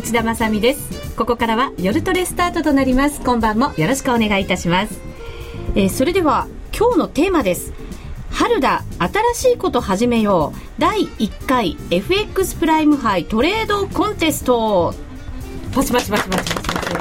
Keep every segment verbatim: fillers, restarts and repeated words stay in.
内田まさみです。ここからは夜トレスタートとなります。今晩もよろしくお願いいたします。えー、それでは今日のテーマです。春だ、新しいこと始めよう、だいいっかい エフエックス プライム杯トレードコンテスト。パチパチパチパチパチパチ、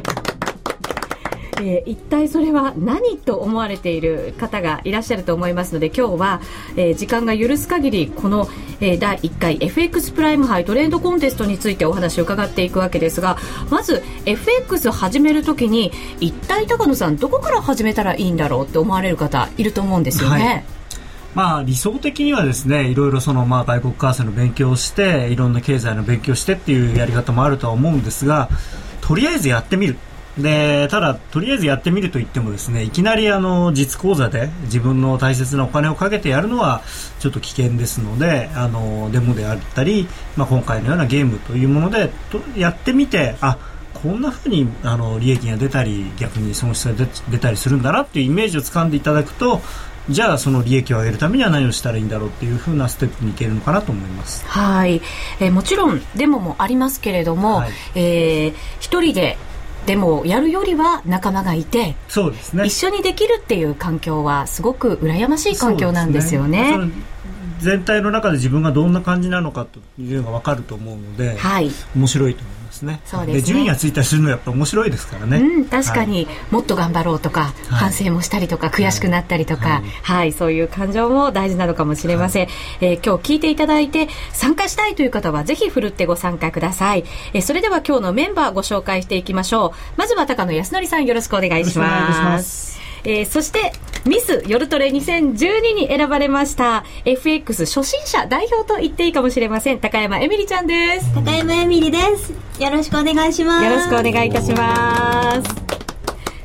えー、一体それは何と思われている方がいらっしゃると思いますので、今日は、えー、時間が許す限りこの、えー、だいいっかい エフエックス プライム杯トレードコンテストについてお話を伺っていくわけですが、まず エフエックス 始めるときに一体高野さんどこから始めたらいいんだろうって思われる方いると思うんですよね。はい、 まあ、理想的にはですね、いろいろそのまあ外国為替の勉強をしていろんな経済の勉強をしてっていうやり方もあるとは思うんですが、とりあえずやってみる。でただとりあえずやってみるといってもですね、いきなりあの実口座で自分の大切なお金をかけてやるのはちょっと危険ですので、あのデモであったり、まあ、今回のようなゲームというものでとやってみて、あ、こんな風にあの利益が出たり逆に損失が出たりするんだなっていうイメージをつかんでいただくと、じゃあその利益を上げるためには何をしたらいいんだろうっていう風なステップにいけるのかなと思います。 はい、えー、もちろんデモもありますけれども、はい、えー、一人ででもやるよりは仲間がいて、そうですね、一緒にできるっていう環境はすごく羨ましい環境なんですよね。 そうですね。全体の中で自分がどんな感じなのかというのが分かると思うので、はい、面白いと思いますね。そうですね。で順位がついたりするのはやっぱ面白いですからね。うん、 確かに、はい、もっと頑張ろうとか、はい、反省もしたりとか悔しくなったりとか、はいはい、そういう感情も大事なのかもしれません。はい、えー、今日聞いていただいて参加したいという方はぜひふるってご参加ください。えー、それでは今日のメンバーご紹介していきましょう。まずは高野康則さん、よろしくお願いします。よろしくお願いします。えー、そしてミス夜トレにせんじゅうにに選ばれました エフエックス 初心者代表と言っていいかもしれません、高山エミリちゃんです。 高山エミリです。よろしくお願いします。 よろしくお願いいたします。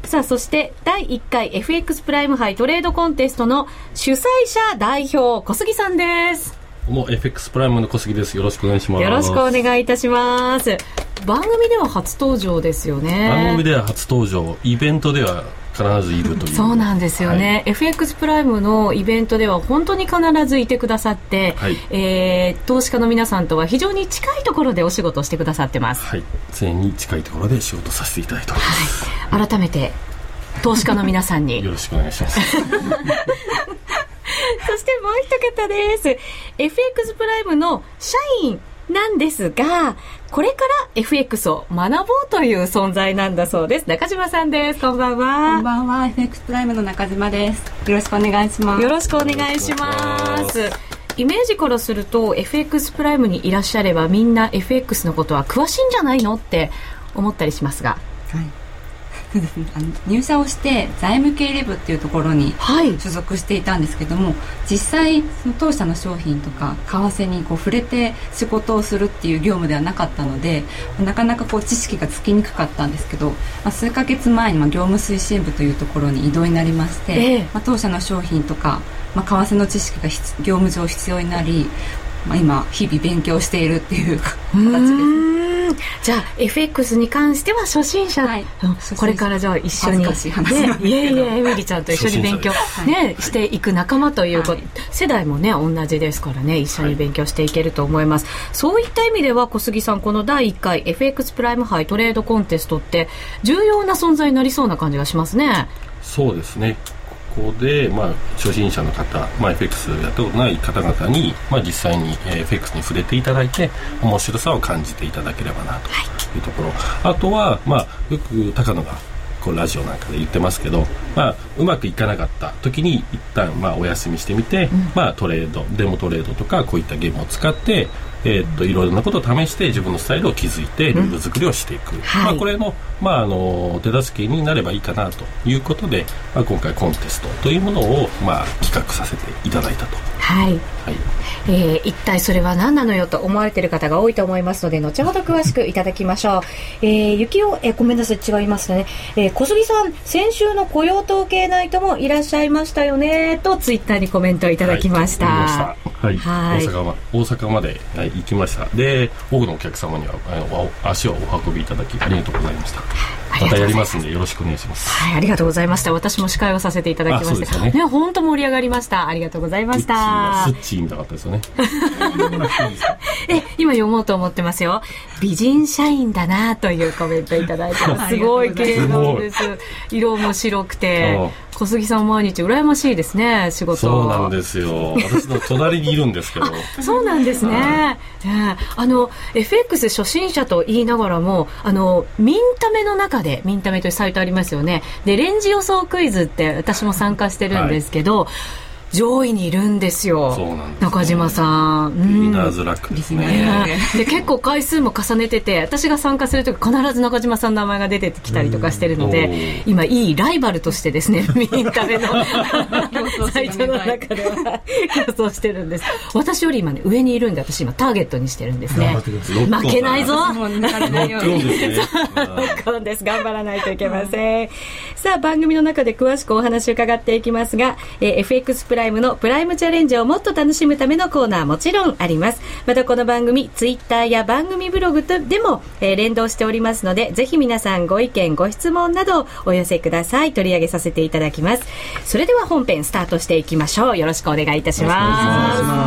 さあ、そしてだいいっかい エフエックス プライム杯トレードコンテストの主催者代表小杉さんです。 もう エフエックス プライムの小杉です。よろしくお願いします。 よろしくお願いいたします。番組では初登場ですよね。 番組では初登場、イベントでは必ずいるという。 そうなんですよね。はい、エフエックス プライムのイベントでは本当に必ずいてくださって、はい、えー、投資家の皆さんとは非常に近いところでお仕事をしてくださってます。 はい、常に近いところで仕事させていただいております。 はい、改めて投資家の皆さんによろしくお願いします。 そしてもう一方です。 エフエックス プライムの社員なんですが、これから エフエックス を学ぼうという存在なんだそうです。中島さんです。こんばんは。 こんばんは。 エフエックス プライムの中島です。よろしくお願いします。 よろしくお願いします。イメージからすると エフエックス プライムにいらっしゃればみんな エフエックス のことは詳しいんじゃないのって思ったりしますが、 はい、あの入社をして財務経理部っていうところに所属していたんですけども、はい、実際その当社の商品とか為替にこう触れて仕事をするっていう業務ではなかったので、なかなかこう知識がつきにくかったんですけど、まあ、数ヶ月前にまあ業務推進部というところに異動になりまして、えーまあ、当社の商品とか、まあ、為替の知識が業務上必要になり、まあ、今日々勉強しているっていう形です。 じゃあ エフエックス に関しては初心者、はい、これからじゃあ一緒に、ね、いえいえエミリちゃんと一緒に勉強、ね、はい、していく仲間ということ、はい、世代もね同じですからね、一緒に勉強していけると思います。はい、そういった意味では小杉さん、このだいいっかい エフエックス プライム杯トレードコンテストって重要な存在になりそうな感じがしますね。 そうですね。ここで、まあ、初心者の方、まあ、エフエックス やったことない方々に、まあ、実際に エフエックス に触れていただいて面白さを感じていただければなというところ、はい、あとは、まあ、よく高野がこうラジオなんかで言ってますけど、まあ、うまくいかなかった時に一旦、まあ、お休みしてみて、うん、まあ、トレードデモトレードとかこういったゲームを使ってえー、っといろいろなことを試して自分のスタイルを築いてルール作りをしていく、うん、はい、まあ、これの、まあ、あの手助けになればいいかなということで、まあ、今回コンテストというものを、まあ、企画させていただいたと。 はい、はい、えー、一体それは何なのよと思われている方が多いと思いますので、後ほど詳しくいただきましょう。えー、ゆきお、えー、ごめんなさい、違いますね、えー、小杉さん、先週の雇用統計ナイトもいらっしゃいましたよねとツイッターにコメントいただきました。 はい、はい、はい、大阪ま、大阪まで、はい、行きました。で、多くのお客様にはあの足をお運びいただきありがとうございました。 またやりますんでよろしくお願いします。 はい、ありがとうございました。私も司会をさせていただきまして、ね、ね、本当盛り上がりました。ありがとうございました。 スッチーみたかったですよね。 え、今読もうと思ってますよ。美人社員だなというコメントいただいてます。すごい綺麗なんです。色も白くて、小杉さん毎日羨ましいですね、仕事。 そうなんですよ。私の隣にいるんですけど。 そうなんですね。ね、あの エフエックス 初心者と言いながらも、あのミンタメの中で、ミンタメというサイトありますよね。で、レンジ予想クイズって私も参加してるんですけど、はい、上位にいるんですよ。 そうなんですね、 中島さん。 ビギナーズラックですね。 で、結構回数も重ねてて、私が参加するとき必ず中島さんの名前が出てきたりとかしてるので、今いいライバルとしてですね、ミンタメのサイトの中では競争してるんです。私より今ね、上にいるんで、私今ターゲットにしてるんですね。負けないぞ。 もう抜かれないように。 そうです。頑張らないといけません。さあ、番組の中で詳しくお話を伺っていきますが、えー、エフエックス プライムのプライムチャレンジをもっと楽しむためのコーナーもちろんあります。またこの番組ツイッターや番組ブログとでも、えー、連動しておりますので、ぜひ皆さんご意見ご質問などお寄せください。取り上げさせていただきます。それでは本編スタートしていきましょう。よろしくお願いいたします。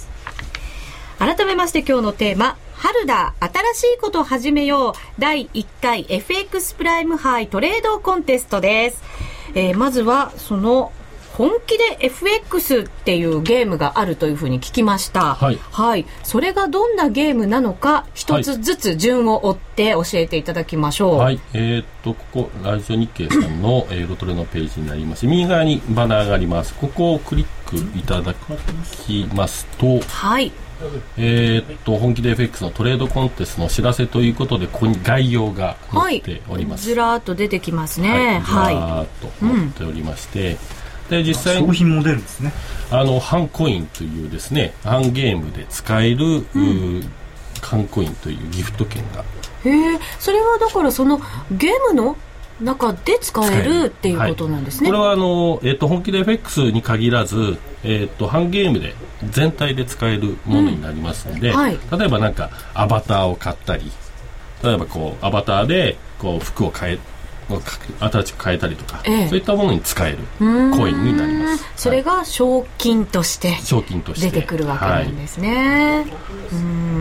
改めまして今日のテーマ、春だ新しいことを始めようだいいっかい エフエックス プライムハイトレードコンテストです。えー、まずはその本気で エフエックス っていうゲームがあるというふうに聞きました。はい、はい、それがどんなゲームなのか一つずつ順を追って教えていただきましょう。 はい、えー、っとここラジオ日経さんの、えー、ロトレのページになります。右側にバナーがあります。ここをクリックいただきますと、 はい、 えー、っと本気で エフエックス のトレードコンテストのお知らせということで、ここに概要が載っております。 はい、ずらーっと出てきますね。 はい、ずらーっと載っておりまして、うん、で実際に商品も出るんですね。 あのハンコインというですね、ハンゲームで使える、うん、ハンコインというギフト券が。 へえ、それはだからそのゲームの中で使えるっていうことなんですね。 はい、これはあの、えー、と本気で エフエックス に限らず、えー、とハンゲームで全体で使えるものになりますので、うん、はい、例えばなんかアバターを買ったり、例えばこうアバターでこう服を変え新しく変えたりとか、ええ、そういったものに使えるコインになります。 それが賞金として出てくるわけなんですね。はい、うん、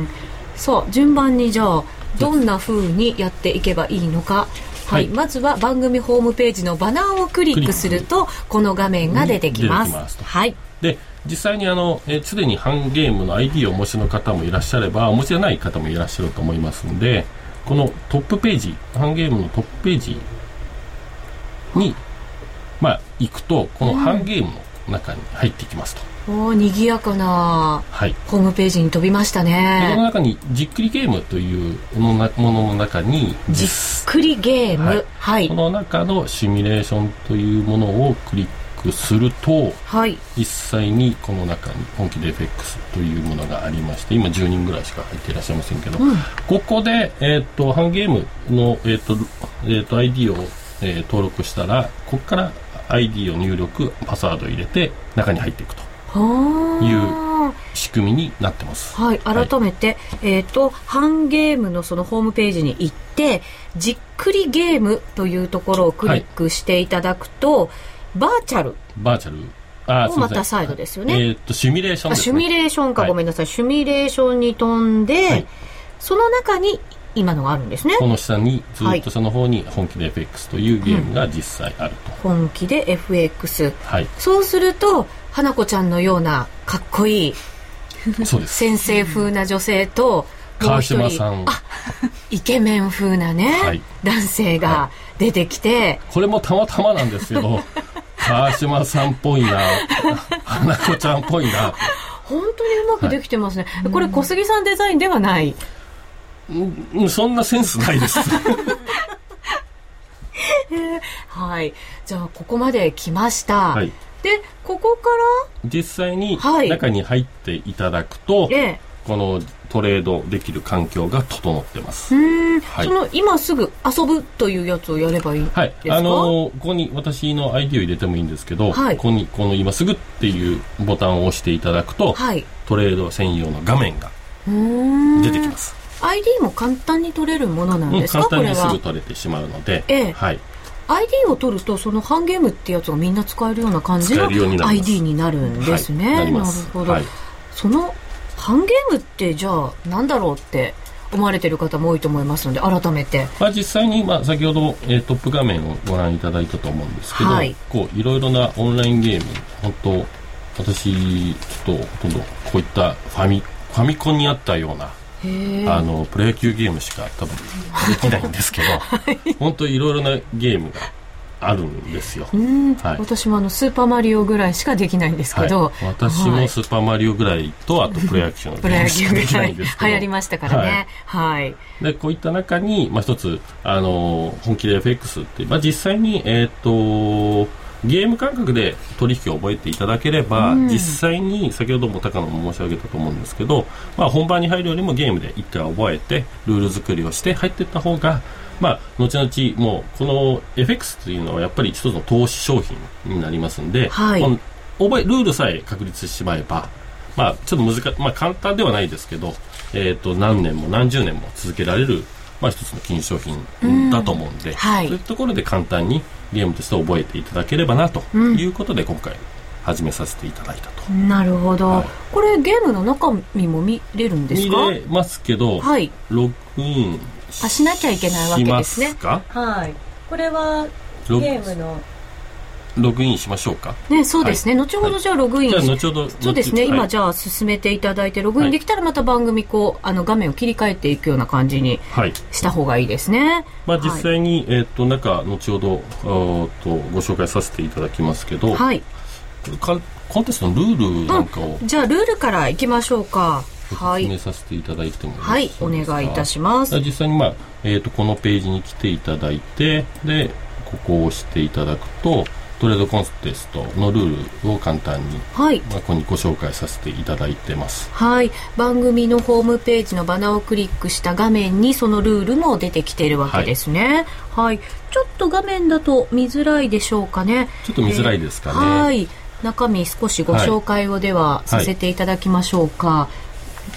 そう、順番にじゃあどんな風にやっていけばいいのか。はい、まずは番組ホームページのバナーをクリックするとこの画面が出てきます。ますはい、 で実際にあのすでにハンゲームの アイディー をお持ちの方もいらっしゃれば、お持ちじゃない方もいらっしゃると思いますので、このトップページ、ハンゲームのトップページに、まあ、行くとこのハンゲームの中に入っていきますと、 うん、おー、賑やかなホームページに飛びましたね。 この中にじっくりゲームというものの中にじっくりゲーム、はいはい、 この中のシミュレーションというものをクリックすると、はい、実際にこの中に本気で エフエックス というものがありまして、今じゅうにんぐらいしか入っていらっしゃいませんけど、うん、ここで、えー、とハンゲームの、えーとえー、と アイディー をえー、登録したら、ここから アイディー を入力、パスワードを入れて中に入っていくという仕組みになってます。 はい、改めて、はい、えーと、ハンゲームのそのホームページに行ってじっくりゲームというところをクリックしていただくと、はい、バーチャルバーチャルあまたサイドですよね。 えー、とシミュレーションですね。 シミュレーションか、はい、ごめんなさい、シミュレーションに飛んで、はい、その中に今のがあるんですね。 この下にずっと下の方に本気で エフエックス というゲームが実際あると、 うん、本気で エフエックス、 はい、 そうすると花子ちゃんのようなかっこいいそうです先生風な女性と川島さん、 あイケメン風なね、はい、男性が出てきて、はい、 これもたまたまなんですよ川島さんっぽいな花子ちゃんっぽいな本当にうまくできてますね、はい、これ小杉さんデザインではない。 うん、そんなセンスないですはい、じゃあここまで来ました、はい、でここから実際に中に入っていただくと、はい、このトレードできる環境が整ってます。 うーん、はい、その今すぐ遊ぶというやつをやればいいんですか。はい、 あのー、ここに私の アイディー を入れてもいいんですけど、はい、ここにこの今すぐっていうボタンを押していただくと、はい、トレード専用の画面が出てきます。 アイディー も簡単に取れるものなんですか？ 簡単にすこれはぐ取れてしまうので、 ええ、 はい、 アイディー を取るとそのハンゲームってやつがみんな使えるような感じの アイディー になるんですね。 はい、なります。なるほど、 はい、 そのハンゲームってじゃあなんだろうって思われている方も多いと思いますので改めて、 まあ、実際に、まあ、先ほど、えー、トップ画面をご覧いただいたと思うんですけど、はい、こういろいろなオンラインゲーム、本当私ちょっとほとんどこういったファミ、ファミコンにあったようなあのプロ野球ゲームしか多分できないんですけど、はい、本当いろいろなゲームがあるんですよ。 うん、はい、私もあのスーパーマリオぐらいしかできないんですけど、はい、 私もスーパーマリオぐらいと、はい、あとプロ野球のゲームしかできないんですけど流行りましたからね、はいはい、 でこういった中に、まあ、一つあの本気で エフエックス って、まあ、実際に、えー、とゲーム感覚で取引を覚えていただければ、うん、実際に先ほども高野も申し上げたと思うんですけど、まあ、本番に入るよりもゲームで一回覚えてルール作りをして入っていった方が、まあ、後々もうこの エフエックス というのはやっぱり一つの投資商品になりますので、はい、この覚えルールさえ確立してしまえば、まあ、ちょっと難しい、まあ、簡単ではないですけど、えー、と何年も何十年も続けられる、まあ、一つの金融商品だと思うんで、うん、はい、そういうところで簡単にゲームとして覚えていただければなということで、うん、今回始めさせていただいたと。 なるほど、はい、これゲームの中身も見れるんですか？ 見れますけど、はい、ログインあしなきゃいけないわけですね。 しますか？ はい、これはゲームのログインしましょうか、 ね、そうですね、はい、後ほどじゃあログイン、はい、 じゃあ後ほどそうですね、はい、今じゃあ進めていただいてログインできたらまた番組こうあの画面を切り替えていくような感じにした方がいいですね、はい、 まあ、実際に、はい、えー、と中後ほどとご紹介させていただきますけど、はい、かコンテストのルールなんかを、 うん、じゃあルールからいきましょうか。 はい、説明させていただいてもいいですか？ はい、お願いいたします。 実際に、まあえー、とこのページに来ていただいて、でここを押していただくとトレードコンテストのルールを簡単に、はい、まあ、ここにご紹介させていただいてます。 はい、番組のホームページのバナーをクリックした画面にそのルールも出てきているわけですね。はい、はい、ちょっと画面だと見づらいでしょうかね。 ちょっと見づらいですかね。 えー、はい、中身少しご紹介をではさせていただきましょうか。はい、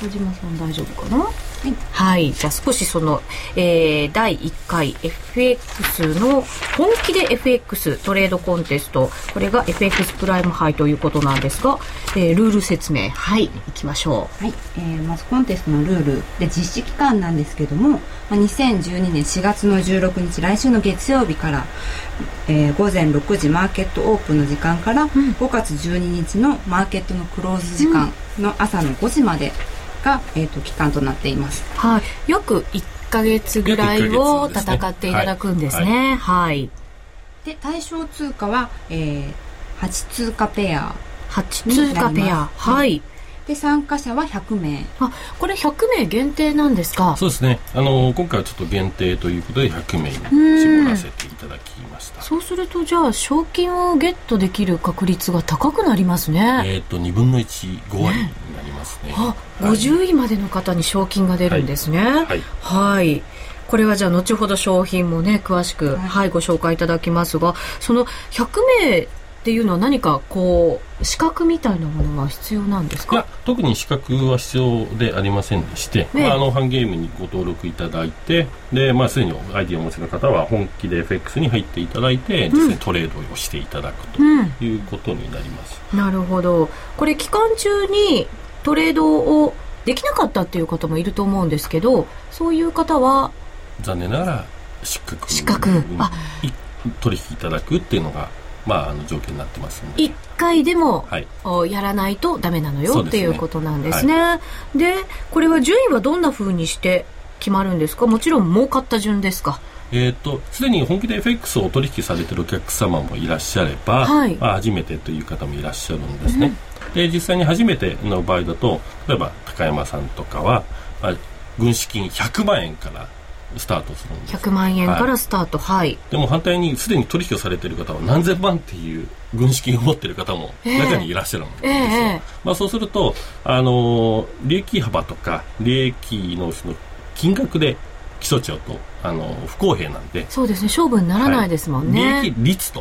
小島さん大丈夫かな？はい、はい、じゃあ少しその、えー、だいいっかい エフエックス の本気で エフエックス トレードコンテスト、これが エフエックス プライム杯ということなんですが、えー、ルール説明、はい、いきましょう。 はい、えー、まずコンテストのルールで実施期間なんですけども、まあ、にせんじゅうにねんしがつのじゅうろくにち来週の月曜日から、えー、ごぜんろくじマーケットオープンの時間から、うん、ごがつじゅうににちのマーケットのクローズ時間の朝のごじまでが、えー、と期間となっています。 はい、約いっかげつぐらいを戦っていただくんですね。はい、 で対象通貨は、えー、はち通貨ペアはち通貨ペア、はい、 で参加者はひゃくめい。 あ、これひゃくめい限定なんですか？ そうですね、あの今回はちょっと限定ということでひゃくめいに絞らせていただきました。 そうするとじゃあ賞金をゲットできる確率が高くなりますね。 えっとにぶんのいち、ごわりになりますね。 あ、ごじゅういまでの方に賞金が出るんですね。はい、はい、はい、これはじゃあ後ほど商品もね詳しく、はいはい、ご紹介いただきますが、そのひゃくめいっていうのは何かこう資格みたいなものは必要なんですか？ いや、特に資格は必要でありませんでして、ね、まあ、あのハンゲームにご登録いただいて、で、まあ、すでにアイディアをお持ちの方は本気で エフエックス に入っていただいて、実際にトレードをしていただくということになります。 うん、なるほど。これ期間中にトレードをできなかったっていう方もいると思うんですけど、そういう方は残念ながら失格失格あ取引いただくっていうのが、まあ、あの条件になってますので、 いっかいでも、はい、やらないとダメなのよ、ね、っていうことなんですね。はい、でこれは順位はどんな風にして決まるんですか？もちろん儲かった順ですか？ えーと、すでに本気で エフエックス を取引されているお客様もいらっしゃれば、はい、まあ、初めてという方もいらっしゃるんですね。うん、で実際に初めての場合だと、例えば高山さんとかは、まあ、軍資金ひゃくまんえんからスタートするんです。 ひゃくまんえんからスタート、はい、はい、でも反対にすでに取引をされている方は何千万っていう軍資金を持っている方も中にいらっしゃるんですよ。えーえー、まあ、そうすると、あの利益幅とか利益 の, その金額で競っちゃうとあの不公平なんで。 そうですね、勝負にならないですもんね。 はい、利益率と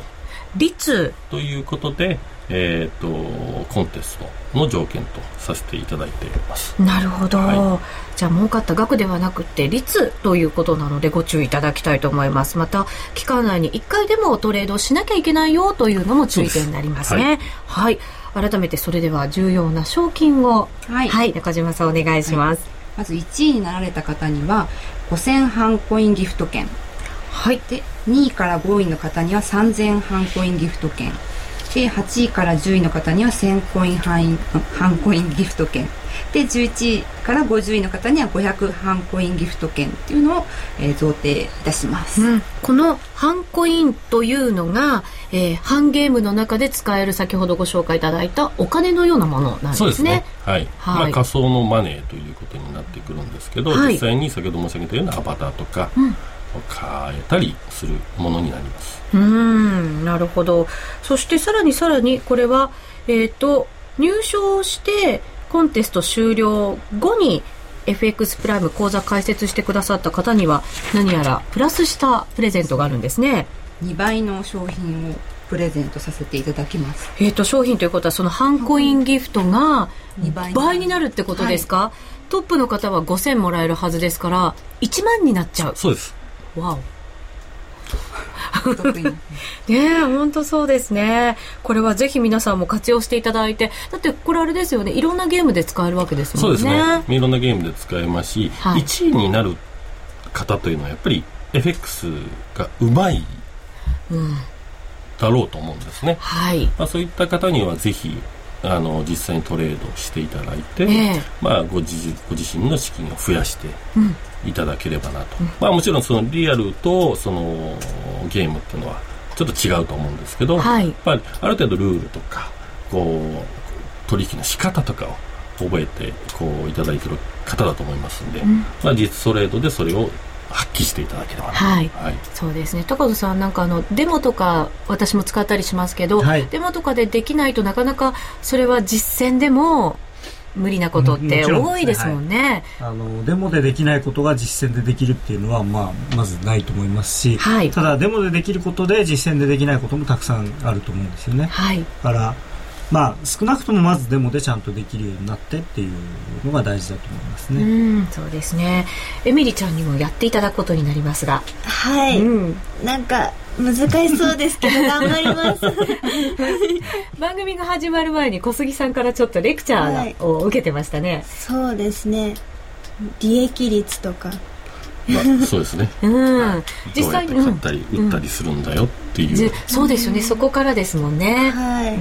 率ということで、えー、とコンテストの条件とさせていただいています。 なるほど、 はい、 じゃあ儲かった額ではなくて率ということなのでご注意いただきたいと思います。また期間内にいっかいでもトレードしなきゃいけないよというのも注意点になりますね。はい、はい、改めてそれでは重要な賞金を、はい、はい、中島さんお願いします。はい、 まずいちいになられた方にはごせんハンコインギフト券、 はい、 でにいからごいの方にはさんぜんハンコインギフト券で、はちいからじゅういの方にはせんコインハンコインギフト券で、じゅういちいからごじゅういの方にはごひゃくハンコインギフト券っていうのを、えー、贈呈いたします、 うん、このハンコインというのが、えー、ハンゲームの中で使える先ほどご紹介いただいたお金のようなものなんですね。 そうですね、はい、はい、まあ、仮想のマネーということになってくるんですけど、はい、実際に先ほど申し上げたようなアバターとか、うん、変えたりするものになります。 うーん、なるほど。そしてさらにさらにこれは、えーと、入賞してコンテスト終了後に エフエックス プライム講座開設してくださった方には何やらプラスしたプレゼントがあるんですね。 にばいの商品をプレゼントさせていただきます。 えーと、商品ということはそのハンコインギフトがにばいになるってことですか？はい、トップの方はごせんもらえるはずですからいちまんになっちゃう。 そうです。 わおねえ、本当そうですね。これはぜひ皆さんも活用していただいて、だってこれあれですよね、いろんなゲームで使えるわけですもんね。 そうですね、いろんなゲームで使えますし、はい、いちいになる方というのはやっぱり エフエックス がうまいだろうと思うんですね、 うん、はい、 まあ、そういった方にはぜひあの実際にトレードしていただいて、えーまあ、ご, 自ご自身の資金を増やしていただければなと、うん、まあ、もちろんそのリアルとそのゲームっていうのはちょっと違うと思うんですけど、はい、まあ、ある程度ルールとかこう取引の仕方とかを覚えてこういただいている方だと思いますので、うん、まあ、実トレードでそれを発揮していただければな、 はいはい、そうですね。高田さん、なんかあのデモとか私も使ったりしますけど、はい、デモとかでできないとなかなかそれは実践でも無理なことって多いですもんね。 はい、あのデモでできないことが実践でできるっていうのは、まあ、まずないと思いますし、はい、ただデモでできることで実践でできないこともたくさんあると思うんですよね。はい、だからまあ、少なくともまずデモでちゃんとできるようになってっていうのが大事だと思いますね。 うん、そうですね。エミリちゃんにもやっていただくことになりますが、 はい、うん、なんか難しそうですけど頑張ります番組が始まる前に小杉さんからちょっとレクチャーを受けてましたね。はい、 そうですね、利益率とか、 まあ、そうですね、うん、実際にどうやって買ったり売ったりするんだよっていう、うん、 そうですよね、そこからですもんね。 はい、うん、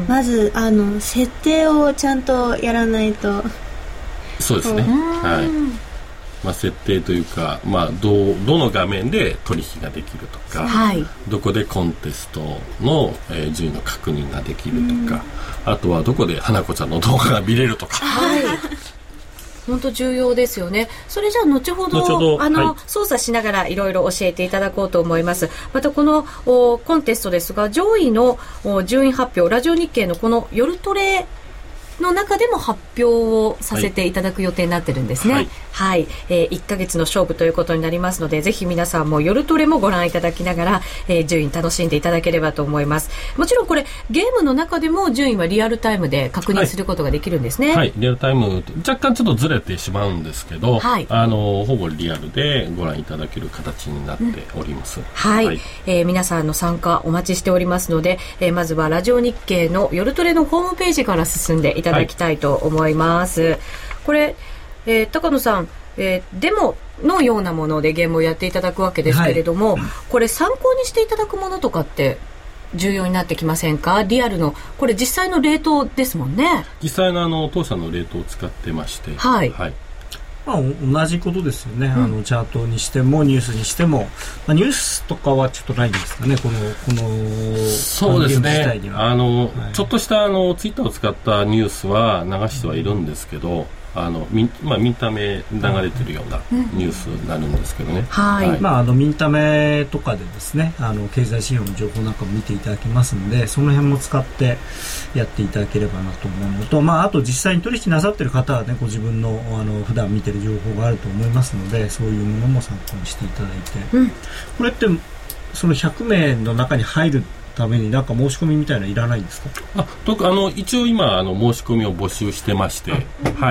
まずあの設定をちゃんとやらないと。 そうですね、はい、まあ、設定というか、まあ、ど, どの画面で取引ができるとか、はい、どこでコンテストの、えー、順位の確認ができるとか、あとはどこで花子ちゃんの動画が見れるとか、はい本当重要ですよね。それじゃあ後ほど、後ほどあの、はい、操作しながらいろいろ教えていただこうと思います。またこのコンテストですが、上位の順位発表、ラジオ日経のこの夜トレの中でも発表をさせていただく予定になってるんですね。はい、はい、えー、いっかげつの勝負ということになりますので、ぜひ皆さんも夜トレもご覧いただきながら、えー、順位楽しんでいただければと思います。もちろんこれゲームの中でも順位はリアルタイムで確認することができるんですね。 はい、はい、リアルタイム若干ちょっとずれてしまうんですけど、はい、あのほぼリアルでご覧いただける形になっております。うん、 はい、はい、えー、皆さんの参加お待ちしておりますので、えー、まずはラジオ日経の夜トレのホームページから進んでいただきたいと思います。はい、これ、えー、高野さん、えー、デモのようなものでゲームをやっていただくわけですけれども、はい、これ参考にしていただくものとかって重要になってきませんか？リアルのこれ実際のレートですもんね。 実際のあの当社のレートを使ってまして、 はい、はい、 まあ、同じことですよね。うん、あのチャートにしてもニュースにしても、まあ、ニュースとかはちょっとないんですかね、このこのそうですね、あの、はい、ちょっとしたあのツイッターを使ったニュースは流してはいるんですけど、あのミン、まあ、ミンタメ流れてるようなニュースになるんですけどね。 はい、はい、まあ、あのミンタメとかでですね、あの経済指標の情報なんかも見ていただけますので、その辺も使ってやっていただければなと思うのと、まあ、あと実際に取引なさってる方はね、ご自分のあの普段見てる情報があると思いますので、そういうものも参考にしていただいて、うん、これってそのひゃくめいの中に入るためになんか申し込みみたいなのいらないんですか？ あとあの一応今あの申し込みを募集してまして、はい、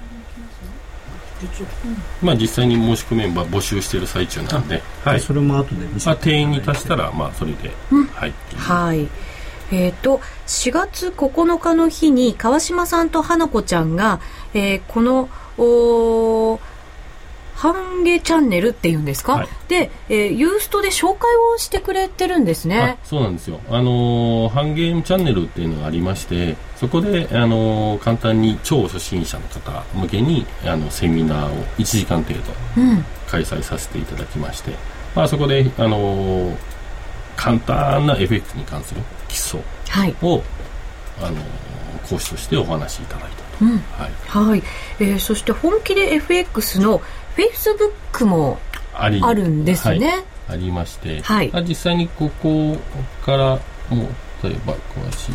まあ、実際に申し込みメンバー募集している最中なんで、はい、 それも後で見せていただいて、 まあ、定員に達したら、まあ、それで、 うん、 はい、 はい、えーと、しがつここのかの日に川島さんと花子ちゃんが、えー、このおハンゲチャンネルっていうんですか、はい、で、えー、ユーストで紹介をしてくれてるんですね。 あ、そうなんですよ。あのー、ハンゲームチャンネルっていうのがありまして、そこで、あのー、簡単に超初心者の方向けにあのセミナーをいちじかん程度開催させていただきまして、うん、まあ、そこで、あのー、簡単な エフエックス に関する基礎を、はい、あのー、講師としてお話しいただいたと、うん、 はいはい、えー、そして本気で エフエックス のフェイスブックもあるんですね。 はい、ありまして、 はい、 実際にここからもう例えば詳しい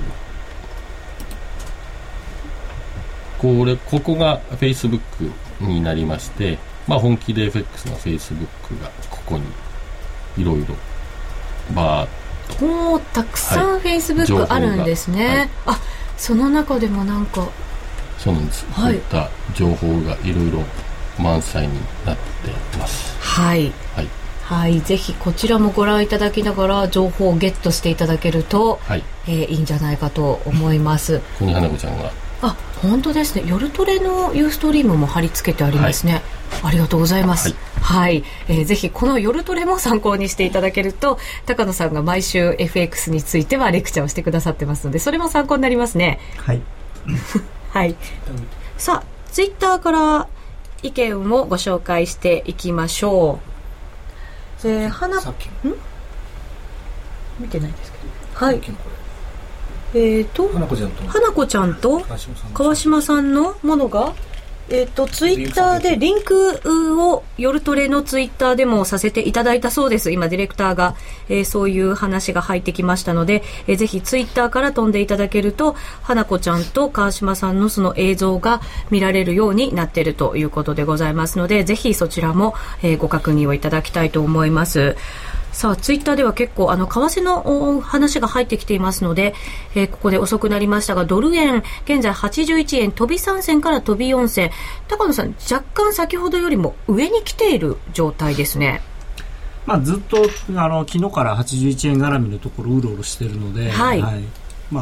これここがフェイスブックになりまして、まあ、本気で エフエックス のフェイスブックがここにいろいろバーッともうたくさんフェイスブックあるんですね。はい、あ、その中でもなんかそうなんです、はい、そういった情報がいろいろ満載になっています。 はい、はいはい、ぜひこちらもご覧いただきながら情報をゲットしていただけると、はい、えー、いいんじゃないかと思います。 ここに花子ちゃんが、 あ、本当ですね。夜トレのユーストリームも貼り付けてありますね。はい、ありがとうございます。はい、はい、えー、ぜひこの夜トレも参考にしていただけると、高野さんが毎週 エフエックス についてはレクチャーをしてくださってますので、それも参考になりますね。 はいはい。さあ、ツイッターから意見をご紹介していきましょう。えー、花さっきん見てないですけど、はい、えーと花子ちゃんと花子ちゃんと川島さんのものが、えーとツイッターでリンクを夜トレのツイッターでもさせていただいたそうです。今ディレクターが、えー、そういう話が入ってきましたので、えー、ぜひツイッターから飛んでいただけると花子ちゃんと川島さんのその映像が見られるようになっているということでございますので、ぜひそちらも、えー、ご確認をいただきたいと思います。さあ、ツイッターでは結構あの為替の話が入ってきていますので、えー、ここで遅くなりましたが、ドル円現在はちじゅういちえん飛びさん銭から飛びよん銭、高野さん若干先ほどよりも上に来ている状態ですね。 まあ、ずっとあの昨日からはちじゅういちえん絡みのところうろうろしているので、 はいはい、 まあ、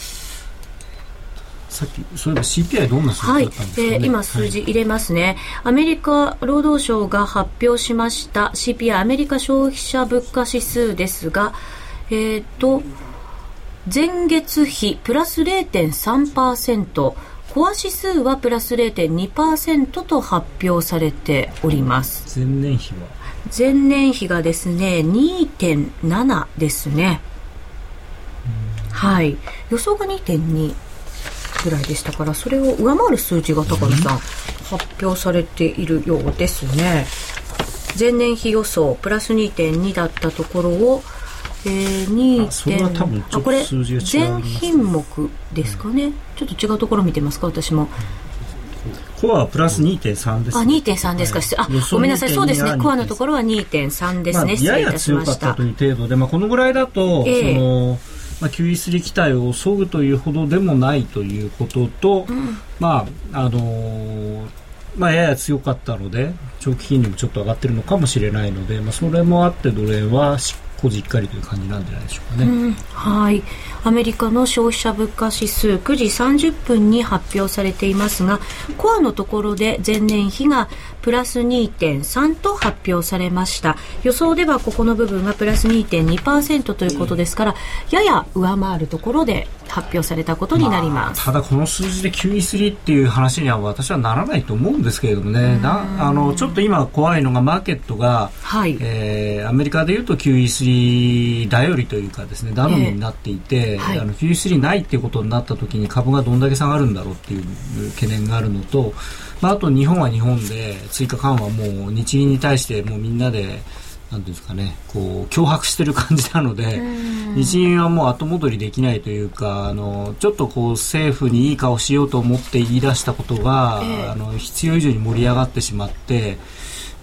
さっきそういえば シーピーアイ どんな数字だったんですかね。はい、えー、 今数字入れますね。はい、アメリカ労働省が発表しました シーピーアイ アメリカ消費者物価指数ですが、えーと前月比プラス れいてんさんパーセント、 コア指数はプラス れいてんにパーセント と発表されております。 前年比は前年比がですね にてんなな ですね。はい、予想が にてんにぐらいでしたから、それを上回る数字が高野さん、うん、発表されているようですね。前年比予想プラス にてんに だったところを、えー、にてんそれは多分ちょっと数字が違います。 全品目ですかね、うん、ちょっと違うところ見てますか。私もコアはプラス にてんさん です、ね、 あ にてんさん ですか、はい、あごめんなさい、そうですね、コアのところは にてんさん ですね、まあ、失礼いたしました。 やや強かったという程度で、まあ、このぐらいだと、えー、そのまあ、キューイースリー 期待を削ぐというほどでもないということと、うん、まああのーまあ、やや強かったので長期金利もちょっと上がってるのかもしれないので、まあ、それもあってドル円はしこじっかりという感じなんじゃないでしょうかね。うん、 はい、アメリカの消費者物価指数くじさんじゅっぷんに発表されていますが、コアのところで前年比がプラス にてんさん と発表されました。予想ではここの部分がプラス にてんにパーセント ということですから、やや上回るところで発表されたことになります。 まあ、ただこの数字で キューイースリー っていう話には私はならないと思うんですけれどもね。なあのちょっと今怖いのがマーケットが、はい、えー、アメリカでいうと キューイースリー 頼りというかですね、頼みになっていて、えーはい、あの キューイースリー ないっていうことになった時に株がどんだけ下がるんだろうっていう懸念があるのと、まあ、あと日本は日本で追加緩和もう日銀に対してもうみんなでなんていうんですかね、こう脅迫してる感じなので、日銀はもう後戻りできないというか、あのちょっとこう政府にいい顔しようと思って言い出したことが、えー、あの必要以上に盛り上がってしまって、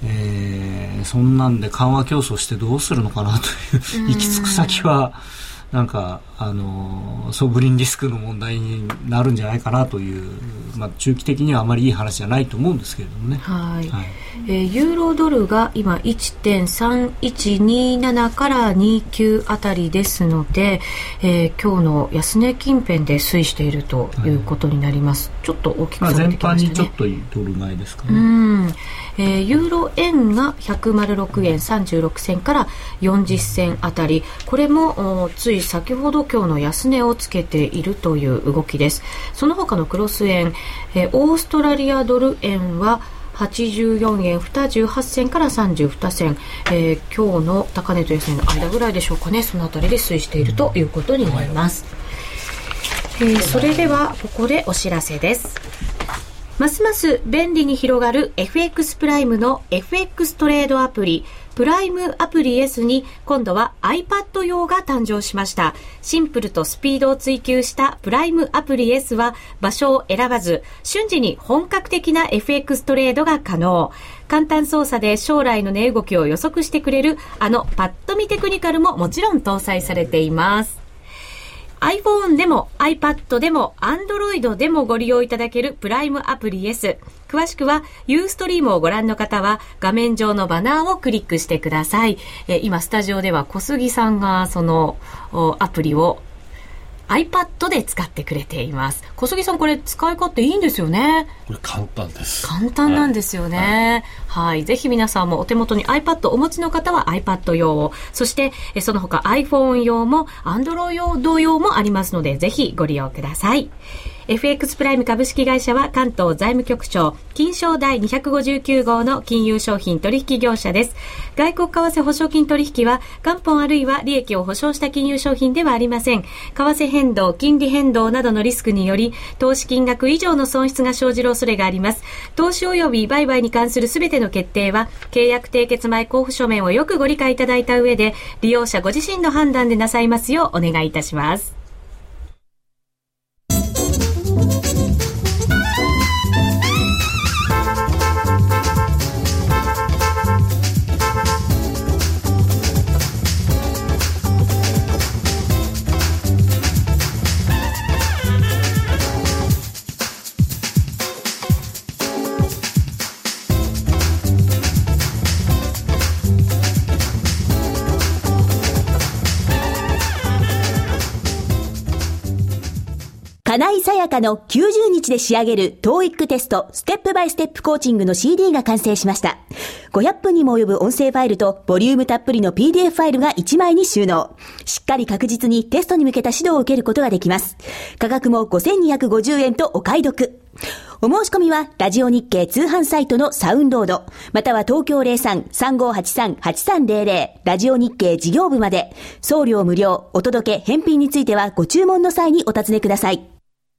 えー、そんなんで緩和競争してどうするのかなという行き着く先はなんかあのソブリンリスクの問題になるんじゃないかなという、まあ、中期的にはあまりいい話じゃないと思うんですけれどもね。 はい、はい、えー、ユーロドルが今 いってんさんいちになな からにじゅうきゅうあたりですので、えー、今日の安値近辺で推移しているということになります、はい、ちょっと大きく下げてきましたね。 まあ、全般にちょっとドル買いですかね。 うん、えー、ユーロ円がひゃくろくえんさんじゅうろくせんからよんじゅっせんあたり、これもつい先ほど今日の安値をつけているという動きです。その他のクロス円、えー、オーストラリアドル円ははちじゅうよんえんにじゅうはちせんからさんじゅうにせん、えー、今日の高値と安値の間ぐらいでしょうかね。そのあたりで推移しているということになります。えー、それではここでお知らせです。ますます便利に広がる エフエックス プライムの エフエックス トレードアプリプライムアプリ S に今度は iPad 用が誕生しました。シンプルとスピードを追求したプライムアプリ S は場所を選ばず瞬時に本格的な エフエックス トレードが可能。簡単操作で将来の値動きを予測してくれるあのパッと見テクニカルももちろん搭載されています。iPhone でも iPad でも Android でもご利用いただけるプライムアプリ S。詳しくは Ustream をご覧の方は画面上のバナーをクリックしてください。え今スタジオでは小杉さんがそのアプリを iPad で使ってくれています。小杉さん、これ使い勝手いいんですよね。 これ簡単です。 簡単なんですよね。はい、はい、ぜひ皆さんもお手元に iPad お持ちの方は iPad 用を、そしてその他 iPhone 用も Android 用もありますので、ぜひご利用ください。エフエックス プライム株式会社は関東財務局長金商第にひゃくごじゅうきゅう号の金融商品取引業者です。外国為替保証金取引は元本あるいは利益を保証した金融商品ではありません。為替変動、金利変動などのリスクにより投資金額以上の損失が生じる恐れがあります。投資及び売買に関するすべての決定は契約締結前交付書面をよくご理解いただいた上で利用者ご自身の判断でなさいますようお願いいたします。 金井さやかのきゅうじゅうにちで仕上げる トーイック テストステップバイステップコーチングの シーディー が完成しました。ごひゃっぷんにも及ぶ音声ファイルとボリュームたっぷりの ピーディーエフ ファイルがいちまいに収納。しっかり確実にテストに向けた指導を受けることができます。価格もごせんにひゃくごじゅうえんとお買い得。お申し込みはラジオ日経通販サイトのサウンロード、または東京 ゼロさん さんごはちさん はちさんゼロゼロ ラジオ日経事業部まで。送料無料、お届け返品についてはご注文の際にお尋ねください。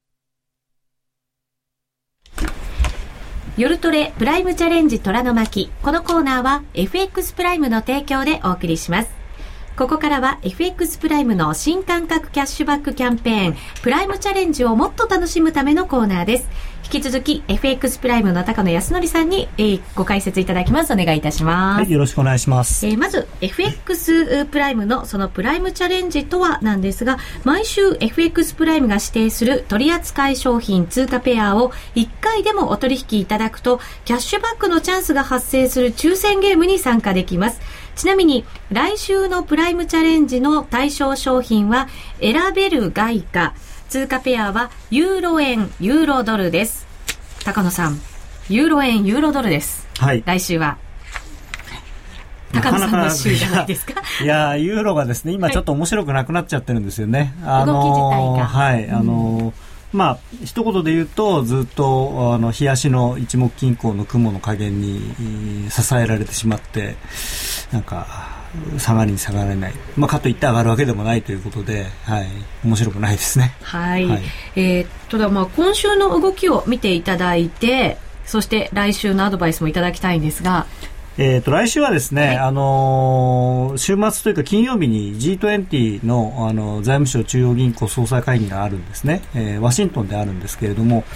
夜トレプライムチャレンジ虎の巻。このコーナーは エフエックス プライムの提供でお送りします。ここからは エフエックス プライムの新感覚キャッシュバックキャンペーンプライムチャレンジをもっと楽しむためのコーナーです。引き続き エフエックス プライムの高野康則さんに、えー、ご解説いただきます。お願いいたします。 はい、よろしくお願いします。 えー、まず エフエックス プライムのそのプライムチャレンジとはなんですが、毎週 エフエックス プライムが指定する取扱い商品通貨ペアをいっかいでもお取引いただくとキャッシュバックのチャンスが発生する抽選ゲームに参加できます。ちなみに来週のプライムチャレンジの対象商品は選べる外貨、通貨ペアはユーロ円、ユーロドルです。高野さん、ユーロ円、ユーロドルです。はい。来週は高野さんの週じゃないですか。 いや、ユーロがですね、今ちょっと面白くなくなっちゃってるんですよね。はい、あのー、動き自体が。はい。あのーうんまあ、一言で言うとずっとあの日足の一目均衡の雲の加減に支えられてしまってなんか下がりに下がれない、まあ、かといって上がるわけでもないということで、はい、面白くないですね。 はい、はいえー、ただまあ今週の動きを見ていただいてそして来週のアドバイスもいただきたいんですがえー、と来週はですね、はいあのー、週末というか金曜日に ジートゥエンティー の, あの財務省中央銀行総裁会議があるんですね、えー、ワシントンであるんですけれども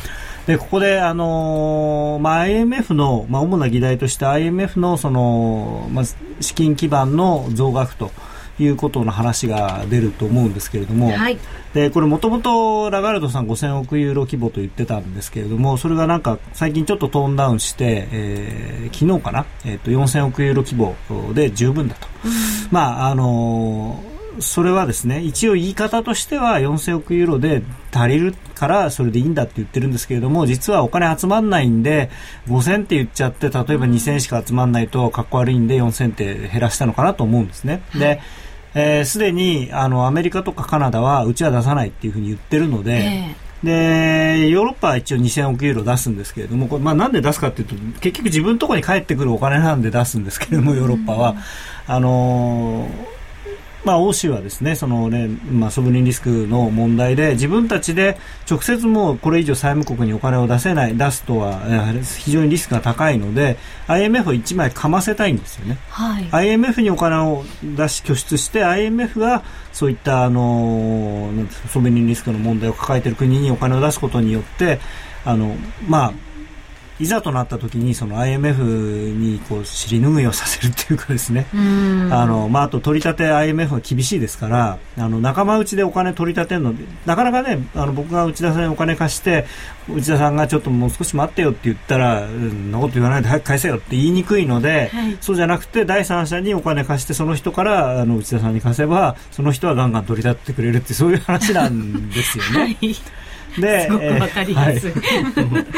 でここで、あのーまあ、アイエムエフ の、まあ、主な議題として アイエムエフ の、その、まあ、資金基盤の増額ということの話が出ると思うんですけれども、はい、でこれもともとラガルドさんごせんおくユーロ規模と言ってたんですけれども、それがなんか最近ちょっとトーンダウンして、えー、昨日かな、えー、とよんせんおくユーロ規模で十分だと、うん、まああのーそれはですね、一応言い方としてはよんせんおくユーロで足りるからそれでいいんだって言ってるんですけれども、実はお金集まんないんでごせんって言っちゃって、例えばにせんしか集まんないとかっこ悪いんでよんせんって減らしたのかなと思うんですね。で、えー、すでにあのアメリカとかカナダはうちは出さないっていうふうに言ってるので、えーでヨーロッパは一応にせんおくユーロ出すんですけれども、これ、まあ、なんで出すかというと結局自分のところに返ってくるお金なんで出すんですけれども、ヨーロッパはあのーまあ、欧州はですね、そのね、まあ、ソブリンリスクの問題で自分たちで直接もうこれ以上債務国にお金を出せない、出すとは非常にリスクが高いので アイエムエフ をいちまいかませたいんですよね、はい、アイエムエフ にお金を出し拠出して アイエムエフ がそういったあのソブリンリスクの問題を抱えている国にお金を出すことによってあのまあいざとなった時にその アイエムエフ にこう尻拭いをさせるっていうかですね、あの、まあ、あと取り立て アイエムエフ は厳しいですから、あの仲間内でお金取り立てるのでなかなかね、あの僕が内田さんにお金貸して内田さんがちょっともう少し待ってよって言ったら、そんなこと言わないで早く返せよって言いにくいので、はい、そうじゃなくて第三者にお金貸してその人からあの内田さんに貸せばその人はガンガン取り立ててくれるってそういう話なんですよね。はいで、すごくわかります、えーはい、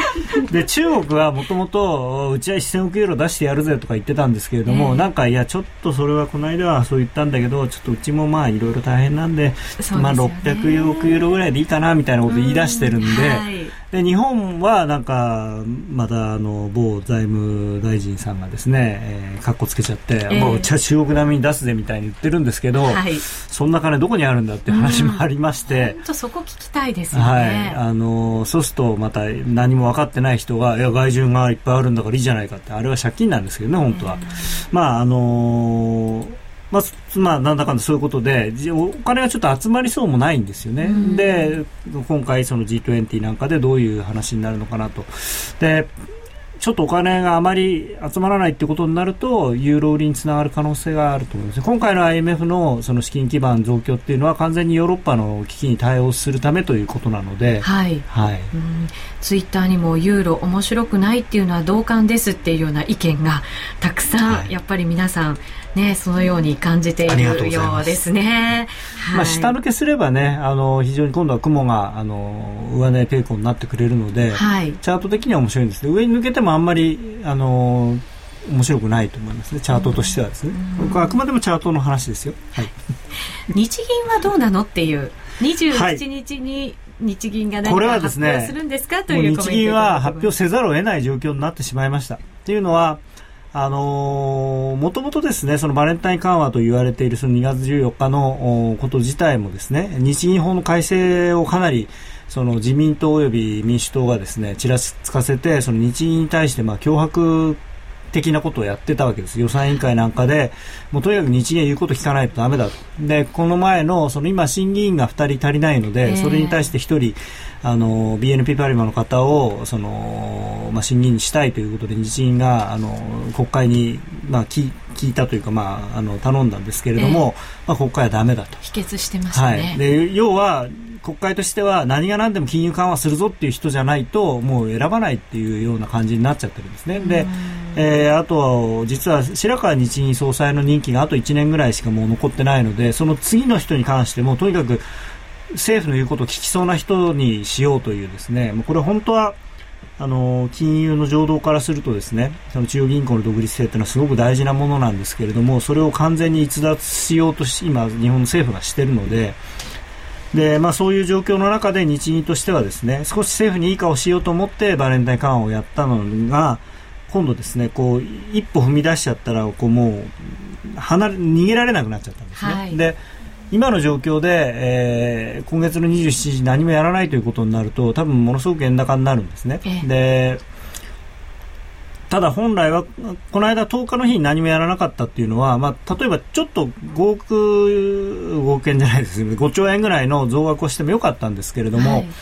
で中国はもともとうちはせんおくユーロ出してやるぜとか言ってたんですけれども、えー、なんかいやちょっとそれはこの間はそう言ったんだけどちょっとうちもまあいろいろ大変なんで、まあ、ろっぴゃくおくユーロぐらいでいいかなみたいなことを言い出してるんで、はい、で日本はなんかまたあの某財務大臣さんがですね、えー、カッコつけちゃって、えー、もううちは中国並みに出すぜみたいに言ってるんですけど、はい、そんな金どこにあるんだっていう話もありまして、 本当そこ聞きたいですよね、 はいあのそうするとまた何も分かってない人がいや外順がいっぱいあるんだからいいじゃないかって、あれは借金なんですけどね本当は、まああのーまあ、まあ、なんだかんだそういうことでお金がちょっと集まりそうもないんですよね、うん、で今回その ジートゥエンティー なんかでどういう話になるのかなと。でちょっとお金があまり集まらないってことになるとユーロ売りにつながる可能性があると思います。今回の アイエムエフ のその資金基盤増強っていうのは完全にヨーロッパの危機に対応するためということなので、 はいはい、うんツイッターにもユーロ面白くないっていうのは同感ですっていうような意見がたくさん、はい、やっぱり皆さんね、そのように感じているようですね。 はいまあ、下抜けすればねあの非常に今度は雲があの上値傾向になってくれるので、はい、チャート的には面白いんですけど上に抜けてもあんまりあの面白くないと思いますね、チャートとしてはですね。これあくまでもチャートの話ですよ、はい、 日銀はどうなのっていうにじゅうしちにちに日銀が何か発表するんですか、というコメント、 日銀は発表せざるを得ない状況になってしまいました。っていうのはあのー、もともとですね、そのバレンタイン緩和と言われているそのにがつじゅうよっかのこと自体もですね、日銀法の改正をかなりその自民党および民主党がですね、ちらつかせて、その日銀に対してまあ脅迫的なことをやってたわけです。予算委員会なんかで、もうとにかく日銀言うこと聞かないとダメだと。で、この前の、その今審議員がふたり足りないので、それに対してひとり、あの、ビーエヌピー パリマの方を、その、まあ、審議員にしたいということで、日銀が、あの、国会に、まあ、聞、聞いたというか、まあ、あの、頼んだんですけれども、えー、まあ、国会はダメだと。 否決してましたね。 はい。で、要は、国会としては何が何でも金融緩和するぞっていう人じゃないともう選ばないっていうような感じになっちゃってるんですね。で、えー、あとは実は白川日銀総裁の任期があといちねんぐらいしかもう残ってないので、その次の人に関してもとにかく政府の言うことを聞きそうな人にしようというですね、もうこれ本当はあの金融の情動からするとですね、その中央銀行の独立性というのはすごく大事なものなんですけれども、それを完全に逸脱しようとし今日本の政府がしているので、でまあ、そういう状況の中で日銀としてはですね、少し政府にいい顔しようと思ってバレンタイン緩和をやったのが、今度ですね、こう一歩踏み出しちゃったらこうもう離れ逃げられなくなっちゃったんですね、はい、で今の状況で、えー、今月のにじゅうしちにち何もやらないということになると多分ものすごく円高になるんですね、えー、でただ本来はこの間とおかの日に何もやらなかったっていうのは、まあ、例えばちょっとごおくごおくえんじゃないですけどごちょうえんぐらいの増額をしてもよかったんですけれども、はい、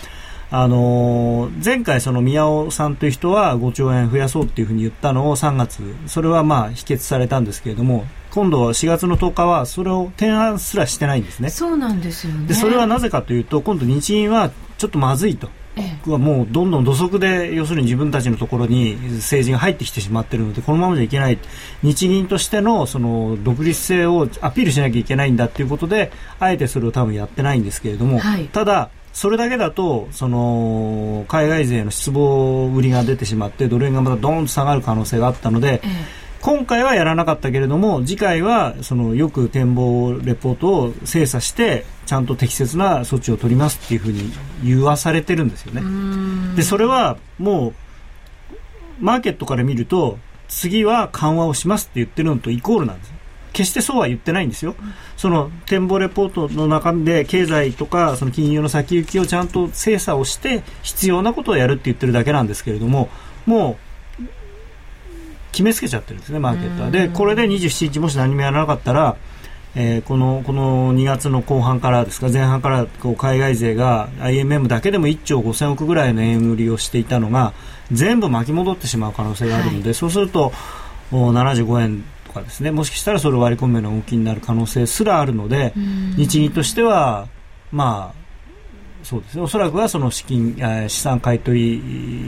あのー、前回その宮尾さんという人はごちょうえん増やそうっていうふうに言ったのをさんがつ、それはまあ否決されたんですけれども、今度しがつのとおかはそれを提案すらしてないんですね。 そうなんですよね。 でそれはなぜかというと、今度日銀はちょっとまずいと、ええ、もうどんどん土足で要するに自分たちのところに政治が入ってきてしまっているので、このままじゃいけない、日銀としてのその独立性をアピールしなきゃいけないんだということで、あえてそれを多分やってないんですけれども、はい、ただそれだけだとその海外勢の失望売りが出てしまってドル円がまたドーンと下がる可能性があったので、ええ、今回はやらなかったけれども、次回はそのよく展望レポートを精査してちゃんと適切な措置を取りますっていうふうに言わされてるんですよね。でそれはもうマーケットから見ると次は緩和をしますって言ってるのとイコールなんです。決してそうは言ってないんですよ。その展望レポートの中で経済とかその金融の先行きをちゃんと精査をして必要なことをやるって言ってるだけなんですけれども、もう決めつけちゃってるんですね、マーケットは。でこれでにじゅうしちにちもし何もやらなかったら、えー、このこのにがつの後半からですか、前半からこう海外勢が アイエムエム だけでもいっちょうごせんおくぐらいの円売りをしていたのが全部巻き戻ってしまう可能性があるので、はい、そうするとななじゅうごえんとかですね、もしかしたらそれを割り込むような動きになる可能性すらあるので、日銀としてはまあそうですね、おそらくはその資金、資産買取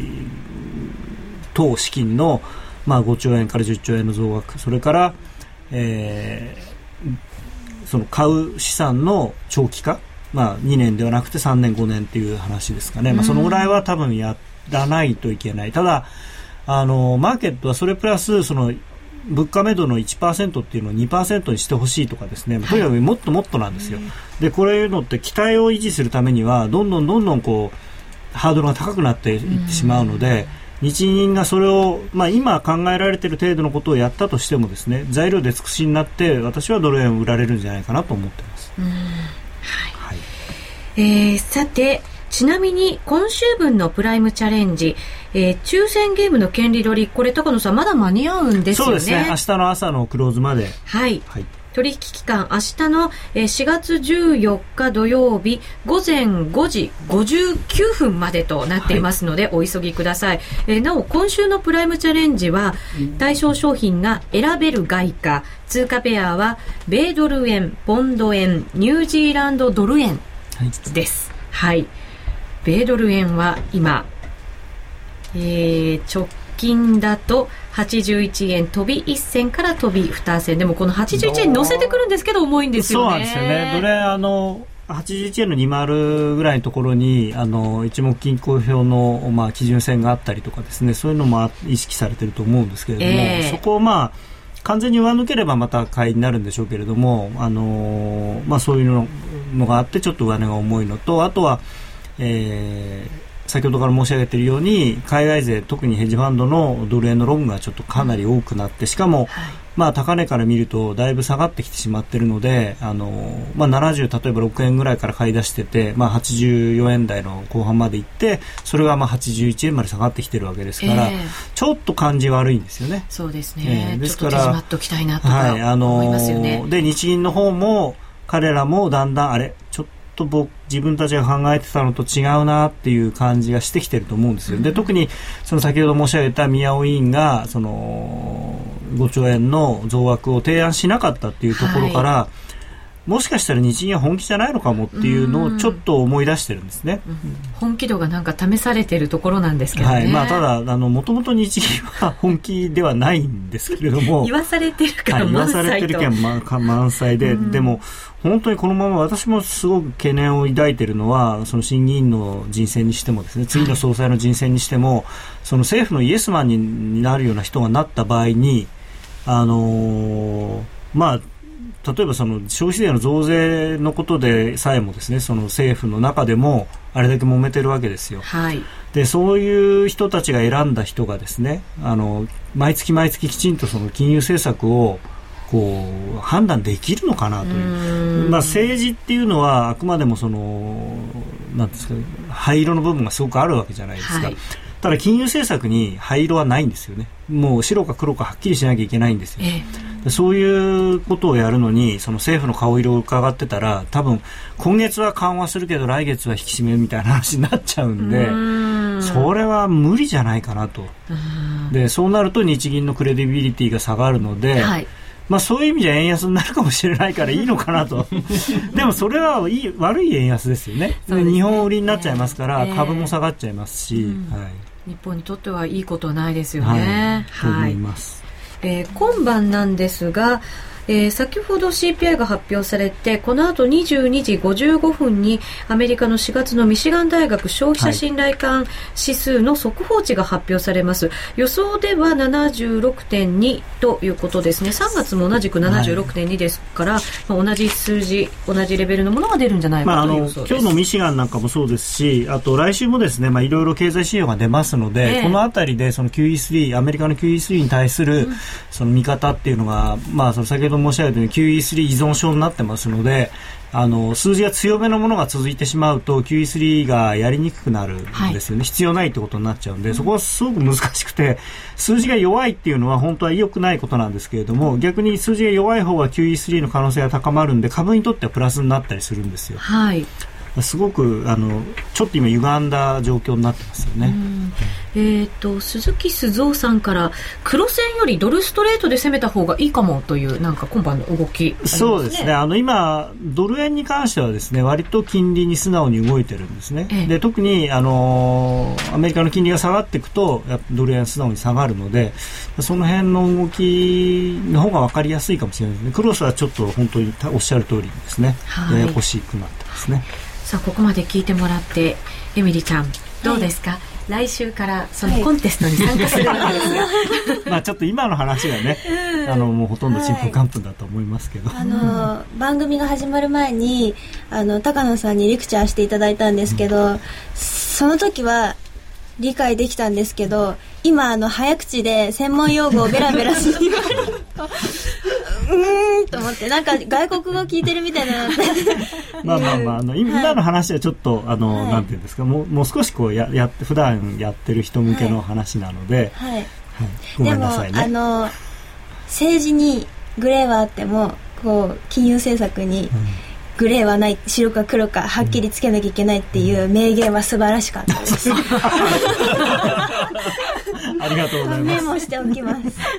等資金のまあごちょうえんからじゅっちょうえんの増額、それから、えー、その買う資産の長期化、まあ、にねんではなくてさんねんごねんという話ですかね、まあ、そのぐらいは多分やらないといけない。ただあのマーケットはそれプラスその物価目処の いちパーセント っていうのを にパーセント にしてほしいとかですね、とにかくもっともっとなんですよ。でこれのって期待を維持するためにはどんどんどんどんこうハードルが高くなっていってしまうので、日銀がそれを、まあ、今考えられている程度のことをやったとしてもですね、材料で尽くしになって私はドル円を売られるんじゃないかなと思っています。うん、はいはい、えー、さてちなみに今週分のプライムチャレンジ、えー、抽選ゲームの権利取り、これ高野さんまだ間に合うんですよね。 そうですね、明日の朝のクローズまで、 はい、はい、取引期間明日のしがつじゅうよっか土曜日ごぜんごじごじゅうきゅうふんまでとなっていますので、はい、お急ぎください。えー、なお今週のプライムチャレンジは対象商品が選べる外貨、通貨ペアは米ドル円、ポンド円、ニュージーランドドル円です。はい、はい、米ドル円は今、えー、直近だとはちじゅういちえん飛びいっせんから飛びにせんでもこのはちじゅういちえんに乗せてくるんですけど重いんですよね。 そうなんですよね。ドル円あのはちじゅういちえんのにじゅうぐらいのところにあの一目均衡表の、まあ、基準線があったりとかですね、そういうのも意識されていると思うんですけれども、えー、そこをまあ完全に上抜ければまた買いになるんでしょうけれども、あのーまあ、そういうの、のがあってちょっと上値が重いのと、あとはえー、先ほどから申し上げているように海外勢、特にヘッジファンドのドル円のロングがちょっとかなり多くなって、しかも、はい、まあ、高値から見るとだいぶ下がってきてしまっているので、あの、まあ、ななじゅう例えばろくえんぐらいから買い出してて、まあ、はちじゅうよえん台の後半まで行って、それがまあはちじゅういちえんまで下がってきているわけですから、えー、ちょっと感じ悪いんですよね。 そうですね、えー、ですからちょっと手締まっときたいなとか思いますよね。はい、あので日銀の方も彼らもだんだんあれちょっと僕自分たちが考えてたのと違うなっていう感じがしてきてると思うんですよ。で特にその先ほど申し上げた宮尾委員がそのごちょうえんの増額を提案しなかったっていうところから、はい、もしかしたら日銀は本気じゃないのかもっていうのをちょっと思い出してるんですね。 うん、本気度がなんか試されているところなんですけどね。はい、 まあ、ただあのもともと日銀は本気ではないんですけれども言わされてるから満載と、はい、言わされてるから満載で、でも本当にこのまま私もすごく懸念を抱いているのは、その審議員の人選にしてもですね、次の総裁の人選にしても、はい、その政府のイエスマンになるような人がなった場合に、あのー、まあ例えばその消費税の増税のことでさえもですね、その政府の中でもあれだけ揉めてるわけですよ。はい、でそういう人たちが選んだ人がですね、あの毎月毎月きちんとその金融政策をこう判断できるのかなという、まあ、政治っていうのはあくまでもそのなんですか、灰色の部分がすごくあるわけじゃないですか。はい、ただ金融政策に灰色はないんですよね。もう白か黒かはっきりしなきゃいけないんですよ。ええ、 でそういうことをやるのにその政府の顔色を伺ってたら多分今月は緩和するけど来月は引き締めるみたいな話になっちゃうんで、うんそれは無理じゃないかなと。でそうなると日銀のクレディビリティが下がるので、はいまあ、そういう意味じゃ円安になるかもしれないからいいのかなとでもそれはいい悪い円安ですよ ね, でね日本売りになっちゃいますから、えー、株も下がっちゃいますし、うんはい、 日本にとってはいいことはないですよね、 はい、と思います、 はいえー、今晩なんですがえー、先ほど シーピーアイ が発表されてこの後にじゅうにじごじゅうごふんにアメリカのしがつのミシガン大学消費者信頼感指数の速報値が発表されます、はい、予想では ななじゅうろくてんに ということですね。さんがつも同じく ななじゅうろくてんに ですから、はいまあ、同じ数字同じレベルのものが出るんじゃないかという予想です、まあ、あの今日のミシガンなんかもそうですしあと来週もですね、まあ、いろいろ経済指標が出ますので、えー、このあたりでその キューイースリー アメリカの キューイースリー に対するその見方っていうのが、まあ、その先ほど申し上げたように キューイースリー キューイースリー 依存症になってますのであの数字が強めのものが続いてしまうと キューイースリー がやりにくくなるんですよね、はい、必要ないってことになっちゃうんで、うん、そこはすごく難しくて数字が弱いっていうのは本当は良くないことなんですけれども逆に数字が弱い方が キューイースリー の可能性が高まるんで株にとってはプラスになったりするんですよ、はいすごくあのちょっと今歪んだ状況になってますよね。うんえー、と鈴木鈴夫さんから黒線よりドルストレートで攻めた方がいいかもというなんか今晩の動きありますね。 そうですねあの今ドル円に関してはですね割と金利に素直に動いてるんですね、ええ、で特にあのアメリカの金利が下がっていくとやっぱドル円素直に下がるのでその辺の動きの方が分かりやすいかもしれないですね。クロスはちょっと本当におっしゃる通りですね、はい、ややこしくなってますね。 さあここまで聞いてもらってエミリちゃんどうですか、はい、来週からそのコンテストに参加するわけですが、はい、 まあちょっと今の話はね、うん、あのもうほとんどちんぷんかんぷんだと思いますけど、 はい、あの番組が始まる前にあの高野さんにレクチャーしていただいたんですけど、うん、その時は理解できたんですけど今あの早口で専門用語をベラベラしに言われるとうーんと思ってなんか外国語聞いてるみたいなまあまあまああの今の話はちょっとあの、はい、なんていうんですかもう、もう少しこうややって普段やってる人向けの話なので、はいはいはい、ごめんなさいね。 でもあの政治にグレーはあってもこう金融政策に、うんグレーはない白か黒かはっきりつけなきゃいけないっていう名言は素晴らしかったです、うん、ありがとうございます。 メモしておきます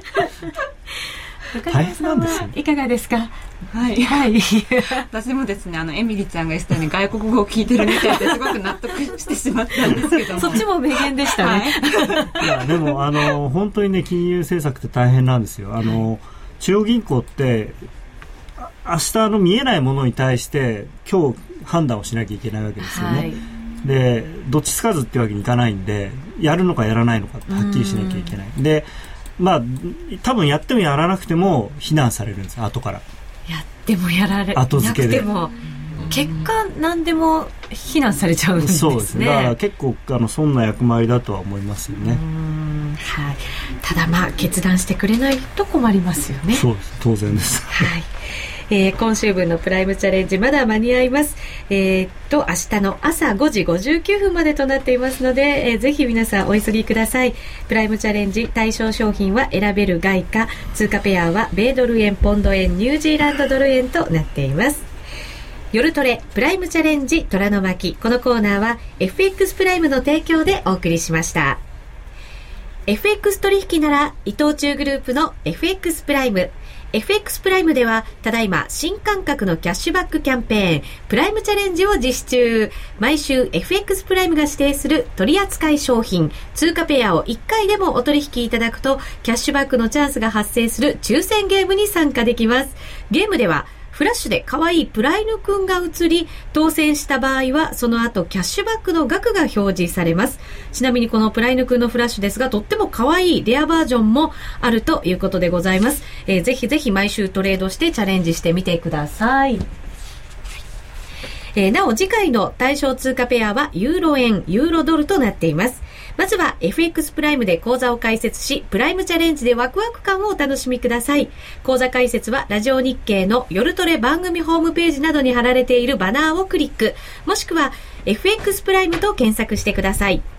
大変なんですよ。 いかがですか。 はい、はい、私もですねあのエミリちゃんが言ったように外国語を聞いてるみたいですごく納得してしまったんですけどもそっちも名言でしたね、 はい、いやでもあの本当にね金融政策って大変なんですよ。あの中央銀行って明日の見えないものに対して今日判断をしなきゃいけないわけですよね、はい、でどっちつかずってわけにいかないんでやるのかやらないのかってはっきりしなきゃいけないでまあ多分やってもやらなくても非難されるんです後からやってもやられ後付けでなくても結果何でも非難されちゃうんですね。 そうですねだから結構あのそんな役回りだとは思いますよね。 うーん、はい、ただまあ決断してくれないと困りますよね。 そうです当然です、 はいえー、今週分のプライムチャレンジまだ間に合います。えー、っと明日の朝ごじごじゅうきゅうふんまでとなっていますので、えー、ぜひ皆さんお急ぎください。プライムチャレンジ対象商品は選べる外貨通貨ペアは米ドル円ポンド円ニュージーランドドル円となっています。夜トレプライムチャレンジ虎の巻、このコーナーは エフエックス プライムの提供でお送りしました。 エフエックス 取引なら伊藤忠グループの エフエックス プライム。エフエックス プライムではただいま新感覚のキャッシュバックキャンペーンプライムチャレンジを実施中。毎週 エフエックス プライムが指定する取扱い商品通貨ペアをいっかいでもお取引いただくとキャッシュバックのチャンスが発生する抽選ゲームに参加できます。ゲームではフラッシュで可愛いプライヌくんが映り当選した場合はその後キャッシュバックの額が表示されます。ちなみにこのプライヌくんのフラッシュですがとっても可愛いレアバージョンもあるということでございます。えー、ぜひぜひ毎週トレードしてチャレンジしてみてください。えー、なお次回の対象通貨ペアはユーロ円ユーロドルとなっています。まずは エフエックス プライムで講座を開設しプライムチャレンジでワクワク感をお楽しみください。講座開設はラジオ日経の夜トレ番組ホームページなどに貼られているバナーをクリックもしくは エフエックス プライムと検索してください。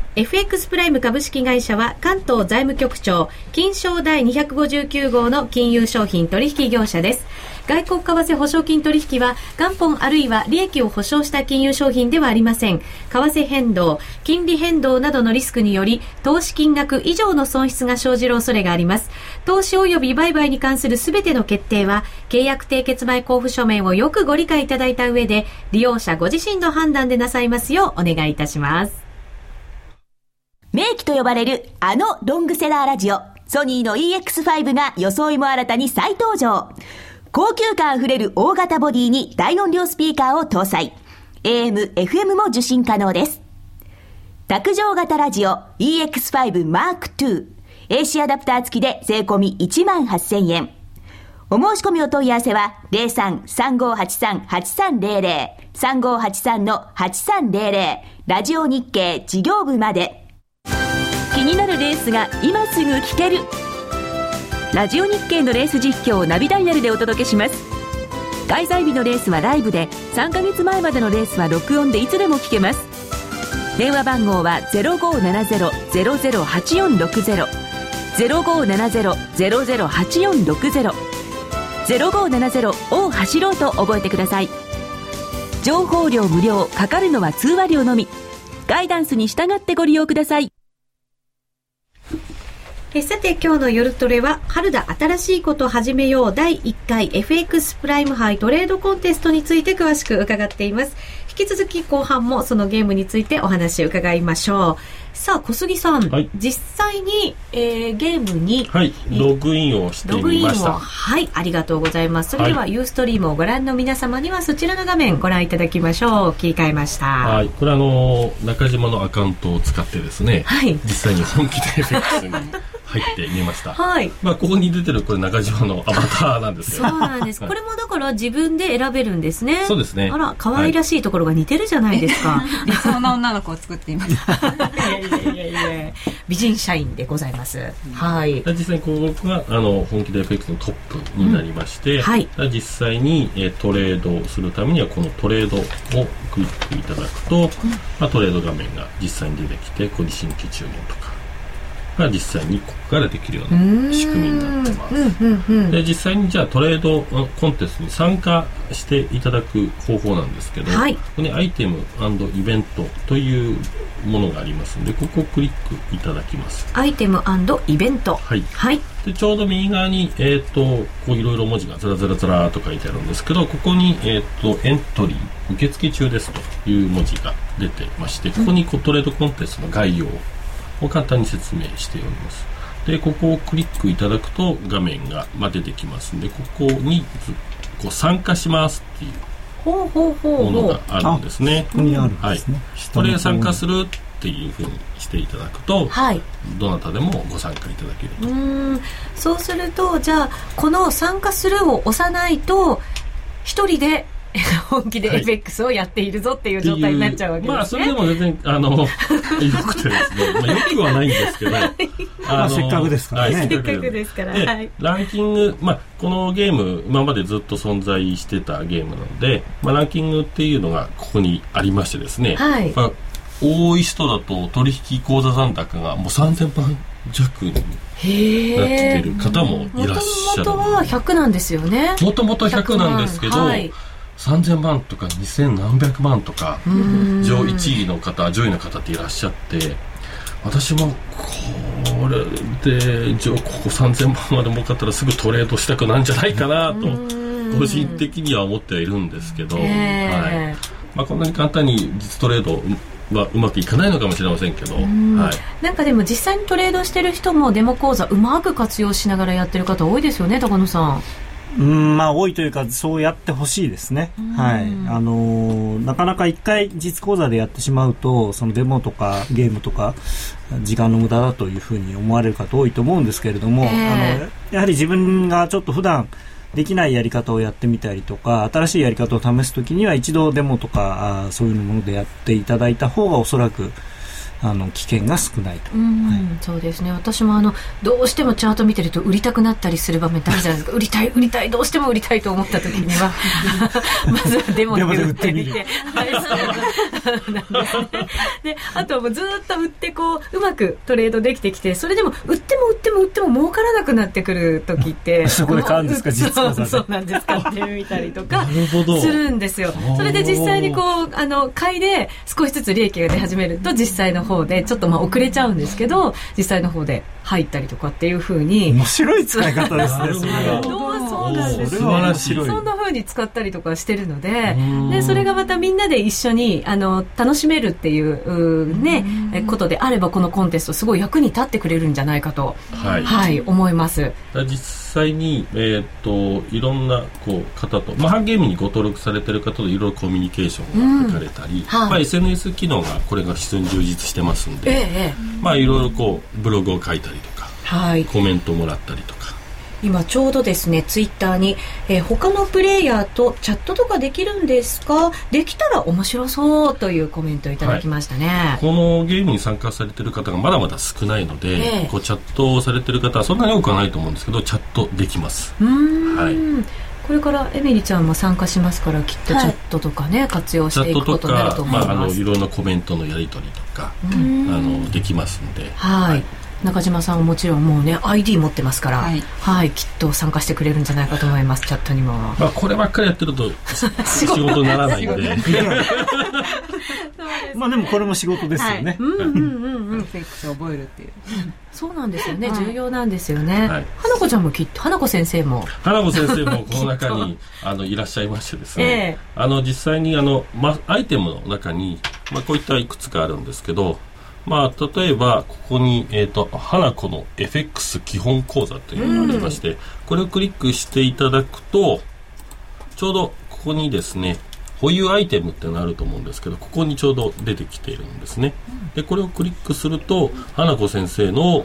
エフエックス プライム株式会社は関東財務局長金商第にひゃくごじゅうきゅう号の金融商品取引業者です。外国為替保証金取引は元本あるいは利益を保証した金融商品ではありません。為替変動、金利変動などのリスクにより投資金額以上の損失が生じる恐れがあります。投資及び売買に関するすべての決定は契約締結前交付書面をよくご理解いただいた上で利用者ご自身の判断でなさいますようお願いいたします。 名機と呼ばれるあのロングセラーラジオソニーの イーエックスファイブ が装いも新たに再登場。高級感あふれる大型ボディに大音量スピーカーを搭載。 エーエム、エフエム も受信可能です。卓上型ラジオ イーエックスファイブ マークツー エーシー アダプター付きで税込みいちまんはっせんえん。お申し込みお問い合わせは ゼロさん さんごはちさん はちさんゼロゼロ さんごはちさん はちさんゼロゼロ ラジオ日経事業部まで。気になるレースが今すぐ聞ける。ラジオ日経のレース実況をナビダイヤルでお届けします。開催日のレースはライブで、さんかげつまえまでのレースは録音でいつでも聞けます。電話番号は ゼロごーななゼロ ゼロゼロはちよんろくゼロ ゼロごーななゼロ ゼロゼロはちよんろくゼロ ゼロごーななゼロを走ろうと覚えてください。情報料無料、かかるのは通話料のみ。ガイダンスに従ってご利用ください。 えさて今日の夜トレは春だ新しいことを始めようだいいっかい エフエックス プライム杯トレードコンテストについて詳しく伺っています。引き続き後半もそのゲームについてお話を伺いましょう。さあ小杉さん、はい、実際に、えー、ゲームに、 はい、ログインをしてみました。 はい、ありがとうございます。それでは、はい、ユーストリームをご覧の皆様にはそちらの画面ご覧いただきましょう。切り替えました。 はい、これあの中島のアカウントを使ってですね、はい、実際に本気で エフエックス に入ってみました。はい。まあここに出てるこれ中島のアバターなんですよ。 そうなんです。これもだから自分で選べるんですね。 そうですね。 あら可愛らしいところが似てるじゃないですか。 理想の女の子を作っています。いやいやいやいや。 美人社員でございます。はい。 実際にここがあの本気で エフエックス のトップになりまして、うん、はい。実際に、えー、トレードをするためにはこのトレードをクリックいただくと、うん、まあ、トレード画面が実際に出てきて、ここに新規注文とかが実際にここからできるような仕組みになってます。うんうんうん、で実際にじゃあトレードコンテストに参加していただく方法なんですけど、はい、ここにアイテム&イベントというものがありますので、ここをクリックいただきます。 アイテム&イベント、はいはい、 でちょうど右側に、えー、とこういろいろ文字がずらずらずらと書いてあるんですけど、ここに、えー、とエントリー受付中ですという文字が出てまして、ここにこうトレードコンテストの概要を簡単に説明しております。でここをクリックいただくと画面が出てきますので、ここにこう参加しますっていうものがあるんですね。 ここにあるんですね。 これ参加するっていうふうにしていただくと、はい、どなたでもご参加いただけると。 うーん、そうするとじゃあこの参加するを押さないと一人で本気で エフエックス をやっているぞっていう状態になっちゃうわけですね。 まあそれでも全然あのよくてですね、まあ、よくはないんですけど、はい、 あのせっかくですからね。 せっかくですから。はい、 ランキング、まあこのゲーム今までずっと存在してたゲームなので、まあ、ランキングっていうのがここにありましてですね、はい、まあ、多い人だと取引口座残高がもうさんぜんまん弱になってる方もいらっしゃる。 もともとはひゃくなんですよね。 もともとひゃくなんですけど、はい、さんぜんまんとかにせんなんびゃくまんとか上いちいの方上位の方っていらっしゃって、私もこれでここさんぜんまんまで儲かったらすぐトレードしたくなんじゃないかなと個人的には思ってはいるんですけど、はい、まあ、こんなに簡単に実トレードはうまくいかないのかもしれませんけど、はい、 なんかでも実際にトレードしてる人もデモ講座うまく活用しながらやってる方多いですよね、高野さん。 うん、まあ多いというかそうやってほしいですね。はい、あのー、なかなか一回実講座でやってしまうとそのデモとかゲームとか時間の無駄だというふうに思われる方多いと思うんですけれども、えー、あのやはり自分がちょっと普段できないやり方をやってみたりとか新しいやり方を試すときには一度デモとかあそういうものでやっていただいた方がおそらくあの危険が少ないと。 うん、 はい、 そうですね。私もあのどうしてもチャート見てると売りたくなったりする場面ってあるじゃないですか。売りたい売りたいどうしても売りたいと思った時にはまずはデモで売ってみて、はい、そうなんですね。であとはもうずっと売ってこううまくトレードできてきて、それでも売っても売っても売っても儲からなくなってくる時ってそこで買うんですか、実は。 そうそうなんです、買ってみたりとかするんですよ。それで実際にこうあの買いで少しずつ利益が出始めると、実際の方でちょっとまあ遅れちゃうんですけど、実際の方で入ったりとかっていう風に。 面白い使い方ですね。それはそうなんですそれは面白い。 そんな風に使ったりとかしてるので、でそれがまたみんなで一緒にあの楽しめるっていう、うね、ことであれば、このコンテストすごい役に立ってくれるんじゃないかと、はいはい、思います。 実際に、えー、といろんなこう方と、まあ、ハンゲームにご登録されている方といろいろコミュニケーションが図れたり、うんはい、まあ、エスエヌエス 機能がこれが非常に充実してますんで、ええ、まあ、いろいろこうブログを書いたりとか、はい、コメントをもらったりとか。 今ちょうどですね、ツイッターに、えー、他のプレイヤーとチャットとかできるんですか、できたら面白そうというコメントをいただきましたね、はい、 このゲームに参加されている方がまだまだ少ないので、えー、こうチャットをされている方はそんなに多くはないと思うんですけど、チャットできます。うーん、はい、 これからエミリちゃんも参加しますから、きっとチャットとかね、はい、活用していくことになると思います。 チャットとか、まあ、あのいろんなコメントのやり取りとか、あのできますんで、 はい、はい、中島さんはもちろんもうね アイディー 持ってますから、はいはい、きっと参加してくれるんじゃないかと思います。チャットにも、 まあ、こればっかりやってると仕事にならないんでまあでもこれも仕事ですよね、はい、うんうんうんうん、フェイクスを覚えるっていうそうなんですよね、重要なんですよね、はい、花子ちゃんもきっと、花子先生も花子先生もこの中にあのいらっしゃいましてですね、えー、あの実際にあの、ま、アイテムの中に、まあ、こういったいくつかあるんですけど、まあ、例えばここに、えーと、花子の エフエックス 基本講座というのがありまして、うん、これをクリックしていただくと、ちょうどここにですね、保有アイテムってのあると思うんですけど、ここにちょうど出てきているんですね。でこれをクリックすると、花子先生の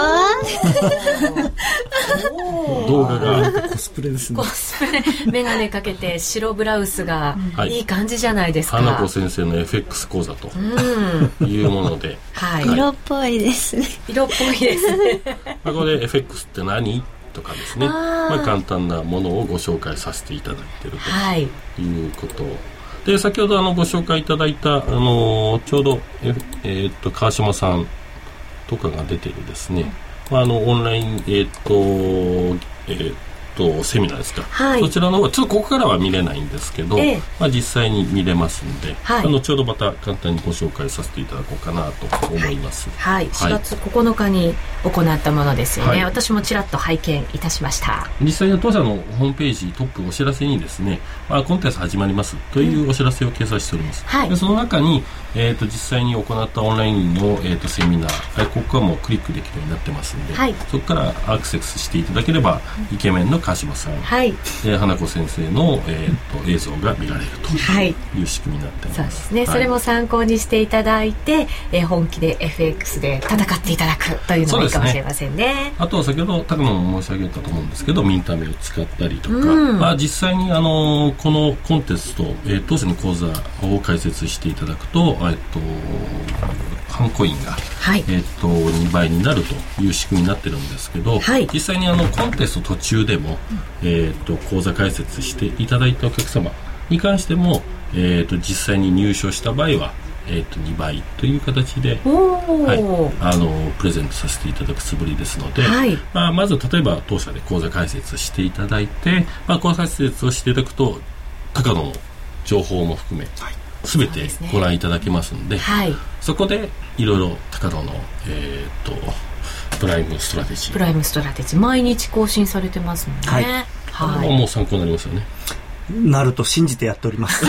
動画がコスプレですね。 コスプレ、メガネかけて白ブラウスがいい感じじゃないですか。 花子先生の エフエックス 講座というもので、 はい、色っぽいですね。 色っぽいですね。 ここで エフエックス って何とかですね、あ、まあ、簡単なものをご紹介させていただいているということ、はい、で先ほどあのご紹介いただいた、あのー、ちょうど、ええー、っと川島さんとかが出てるですね、まあ、あのオンライン、えー、っとえー、っとセミナーですか、はい、そちらの方はちょっとここからは見れないんですけど、ええ、まあ、実際に見れますので、はい、あの後ほどまた簡単にご紹介させていただこうかなと思います。 はい、はい、しがつここのかに行ったものですよね、はい、私もちらっと拝見いたしました。 実際に当社のホームページトップお知らせにですね、まあ、コンテスト始まりますというお知らせを掲載しております、うん、はい、でその中に、えー、と実際に行ったオンラインの、えー、とセミナー、ここはもうクリックできるようになってますので、はい、そこからアクセスしていただければ、イケメンの川島さん、はい、で花子先生の、えー、と映像が見られるという仕組みになっています、はい、そうですね、はい、 それも参考にしていただいて、えー、本気で エフエックス で戦っていただくというのもいいかもしれません ね, ねあとは先ほど高野も申し上げたと思うんですけど、ミンタメを使ったりとか、うん、まあ、実際にあのこのコンテスト、えー、当社の講座を開設していただくと、えっとハンコインが、はい、えー、とにばいになるという仕組みになってるんですけど、はい、実際にあのコンテスト途中でも、えー、と講座開設していただいたお客様に関しても、えー、と実際に入賞した場合は、えー、とにばいという形で、はい、あのプレゼントさせていただくつもりですので、はい、まあ、まず例えば当社で講座開設していただいて、まあ、講座開設をしていただくと高野の情報も含め、はい、全てご覧いただけますので、はい、そこでいろいろ高野の、えー、とプライムストラテジープライムストラテジー毎日更新されてますもんね、はいはい、もう参考になりますよね。 なると信じてやっております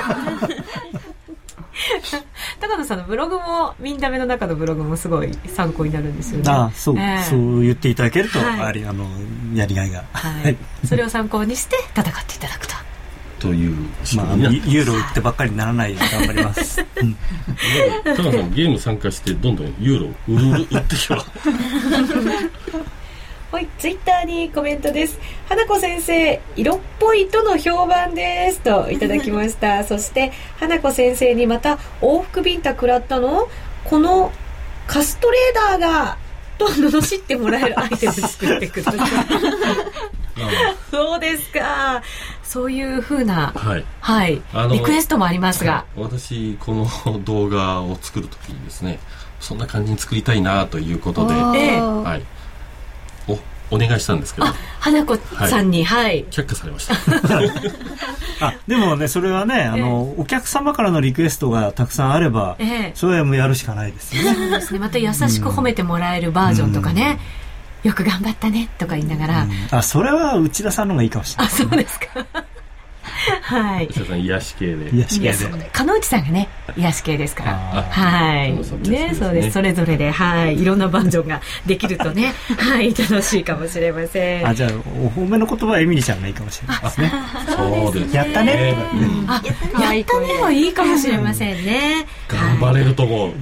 高野さんのブログも、ミンダメの中のブログもすごい参考になるんですよね。 ああ、そう、えー、そう言っていただけると、はい、ありあのやりがいが、 はい、それを参考にして戦っていただくとという仕組みになってます。まあ、ユーロ売ってばっかりにならないように頑張ります。 高野さんゲーム参加してどんどんユーロ売る売ってきますはい、ツイッターにコメントです。花子先生、色っぽいとの評判ですといただきました。そして花子先生にまた往復ビンタ食らったの？ このカストレーダーがと罵ってもらえるアイテム作ってくださいそうですか。そういう風な、はいはい、リクエストもありますが、 私この動画を作るときにですね、そんな感じに作りたいなということで、はい、おお願いしたんですけど、 花子さんに、はいはい、 却下されましたあでもね、それはね、あの、えー、お客様からのリクエストがたくさんあれば、えー、それはもうやるしかないですよね。 そうですね。また優しく褒めてもらえるバージョンとかね、うん、よく頑張ったねとか言いながら、うん、 あそれは内田さんの方がいいかもしれない、 ね、あそうですかはい。 内田さん癒し系で。 癒し系で。 鹿内さんがね、癒し系ですから。はい。ね、そうです。それぞれで、はい。いろんなバージョンができるとね、はい、楽しいかもしれません。 あ、じゃあ、お褒めの言葉はエミリちゃんがいいかもしれないですね。 そうですね。 やったね。 あ、やったねはいいかもしれませんね。 頑張れると思う。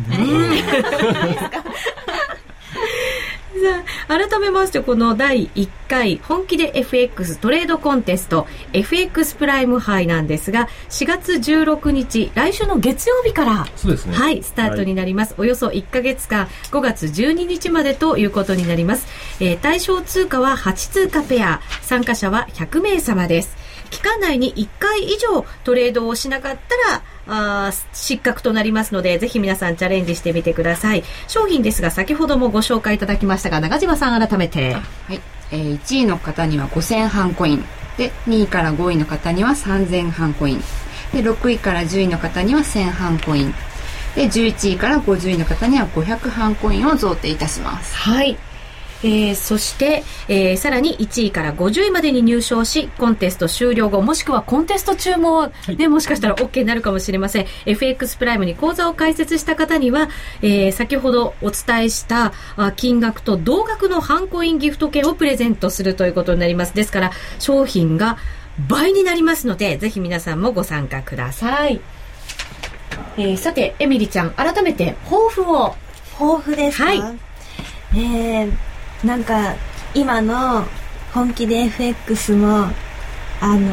改めましてこのだいいっかい本気で エフエックス トレードコンテスト エフエックス プライム杯なんですが、しがつじゅうろくにち来週の月曜日から、 そうですね、 はい、スタートになります、はい、およそいっかげつかんごがつじゅうににちまでということになります、えー、対象通貨ははちつうかペア、参加者はひゃくめいさまです。期間内にいっかい以上トレードをしなかったらあ失格となりますので、ぜひ皆さんチャレンジしてみてください。商品ですが先ほどもご紹介いただきましたが、中島さん改めて。 はい、えー、いちいの方にはごせんハンコインで、にいからごいの方にはさんぜんハンコインで、ろくいからじゅういの方にはせんハンコインで、じゅういちいからごじゅういの方にはごひゃくハンコインを贈呈いたします。 はい、えー、そして、えー、さらにいちいからごじゅういまでに入賞し、コンテスト終了後もしくはコンテスト中も、ね、はい、もしかしたら OK になるかもしれません。 エフエックス プライムに口座を開設した方には、えー、先ほどお伝えした金額と同額のハンコインギフト券をプレゼントするということになります。ですから商品が倍になりますので、ぜひ皆さんもご参加ください。えー、さてエミリちゃん、改めて抱負を。 抱負ですか。はい、えーなんか今の本気で エフエックス もあの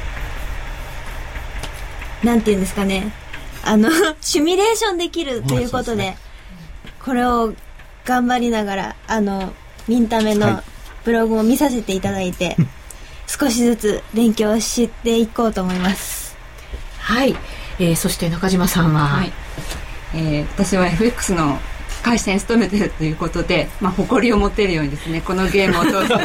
なんていうんですかね、あのシミュレーションできるということで、ね、これを頑張りながらあのミンタメのブログも見させていただいて、はい、少しずつ勉強していこうと思います。 はい、えー、そして中島さんは、はい、 えー、私は エフエックス の会社に勤めているということで、まあ、誇りを持てるようにですね、このゲームを通して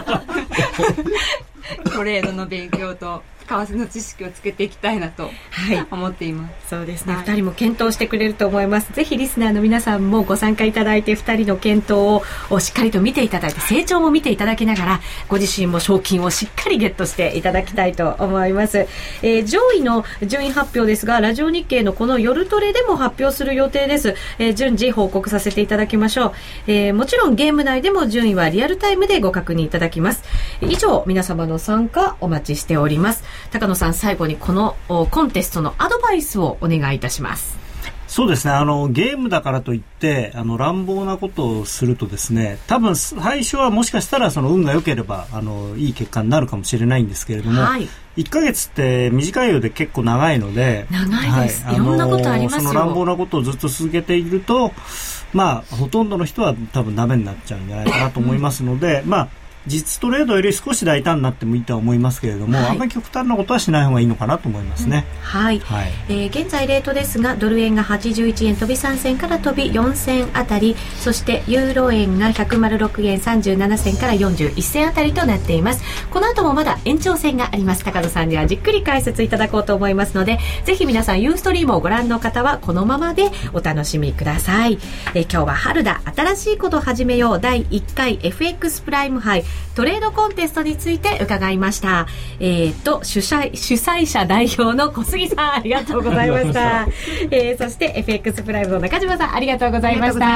トレードの勉強と為替の知識をつけていきたいなと思っています。 そうですね、はい、ふたりも検討してくれると思います。ぜひリスナーの皆さんもご参加いただいて、ふたりの検討をしっかりと見ていただいて、成長も見ていただきながら、ご自身も賞金をしっかりゲットしていただきたいと思います。えー、上位の順位発表ですが、ラジオ日経のこの夜トレでも発表する予定です。えー、順次報告させていただきましょう。えー、もちろんゲーム内でも順位はリアルタイムでご確認いただきます。以上、皆様の参加お待ちしております。高野さん、最後にこのコンテストのアドバイスをお願いいたします。 そうですね、あのゲームだからといってあの乱暴なことをするとですね、多分最初はもしかしたらその運が良ければあのいい結果になるかもしれないんですけれども、はい、いっかげつって短いようで結構長いので、 長いです、はい、いろんなことありますよ。 その乱暴なことをずっと続けていると、まあほとんどの人は多分ダメになっちゃうんじゃないかなと思いますので、まあ実トレードより少し大胆になってもいいとは思いますけれども、はい、あんまり極端なことはしない方がいいのかなと思いますね。 うん、はい、はい、えー、現在レートですが、ドル円がはちじゅういちえん飛びさんせんから飛びよんせんあたり、そしてユーロ円がひゃくろくえんさんじゅうななせんからよんじゅういっせんあたりとなっています。この後もまだ延長戦があります。高野さんにはじっくり解説いただこうと思いますので、ぜひ皆さんユーストリームをご覧の方はこのままでお楽しみください。えー、今日は春だ、新しいことを始めようだいいっかい エフエックス プライム杯トレードコンテストについて伺いました。えーと主催主催者代表の小杉さん、ありがとうございました。えー、そして エフエックス プライムの中島さん、ありがとうございました。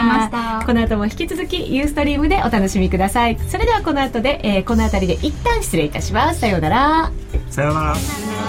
この後も引き続きユーストリームでお楽しみください。それではこの後で、えー、この辺りで一旦失礼いたします。さようなら。 さようなら。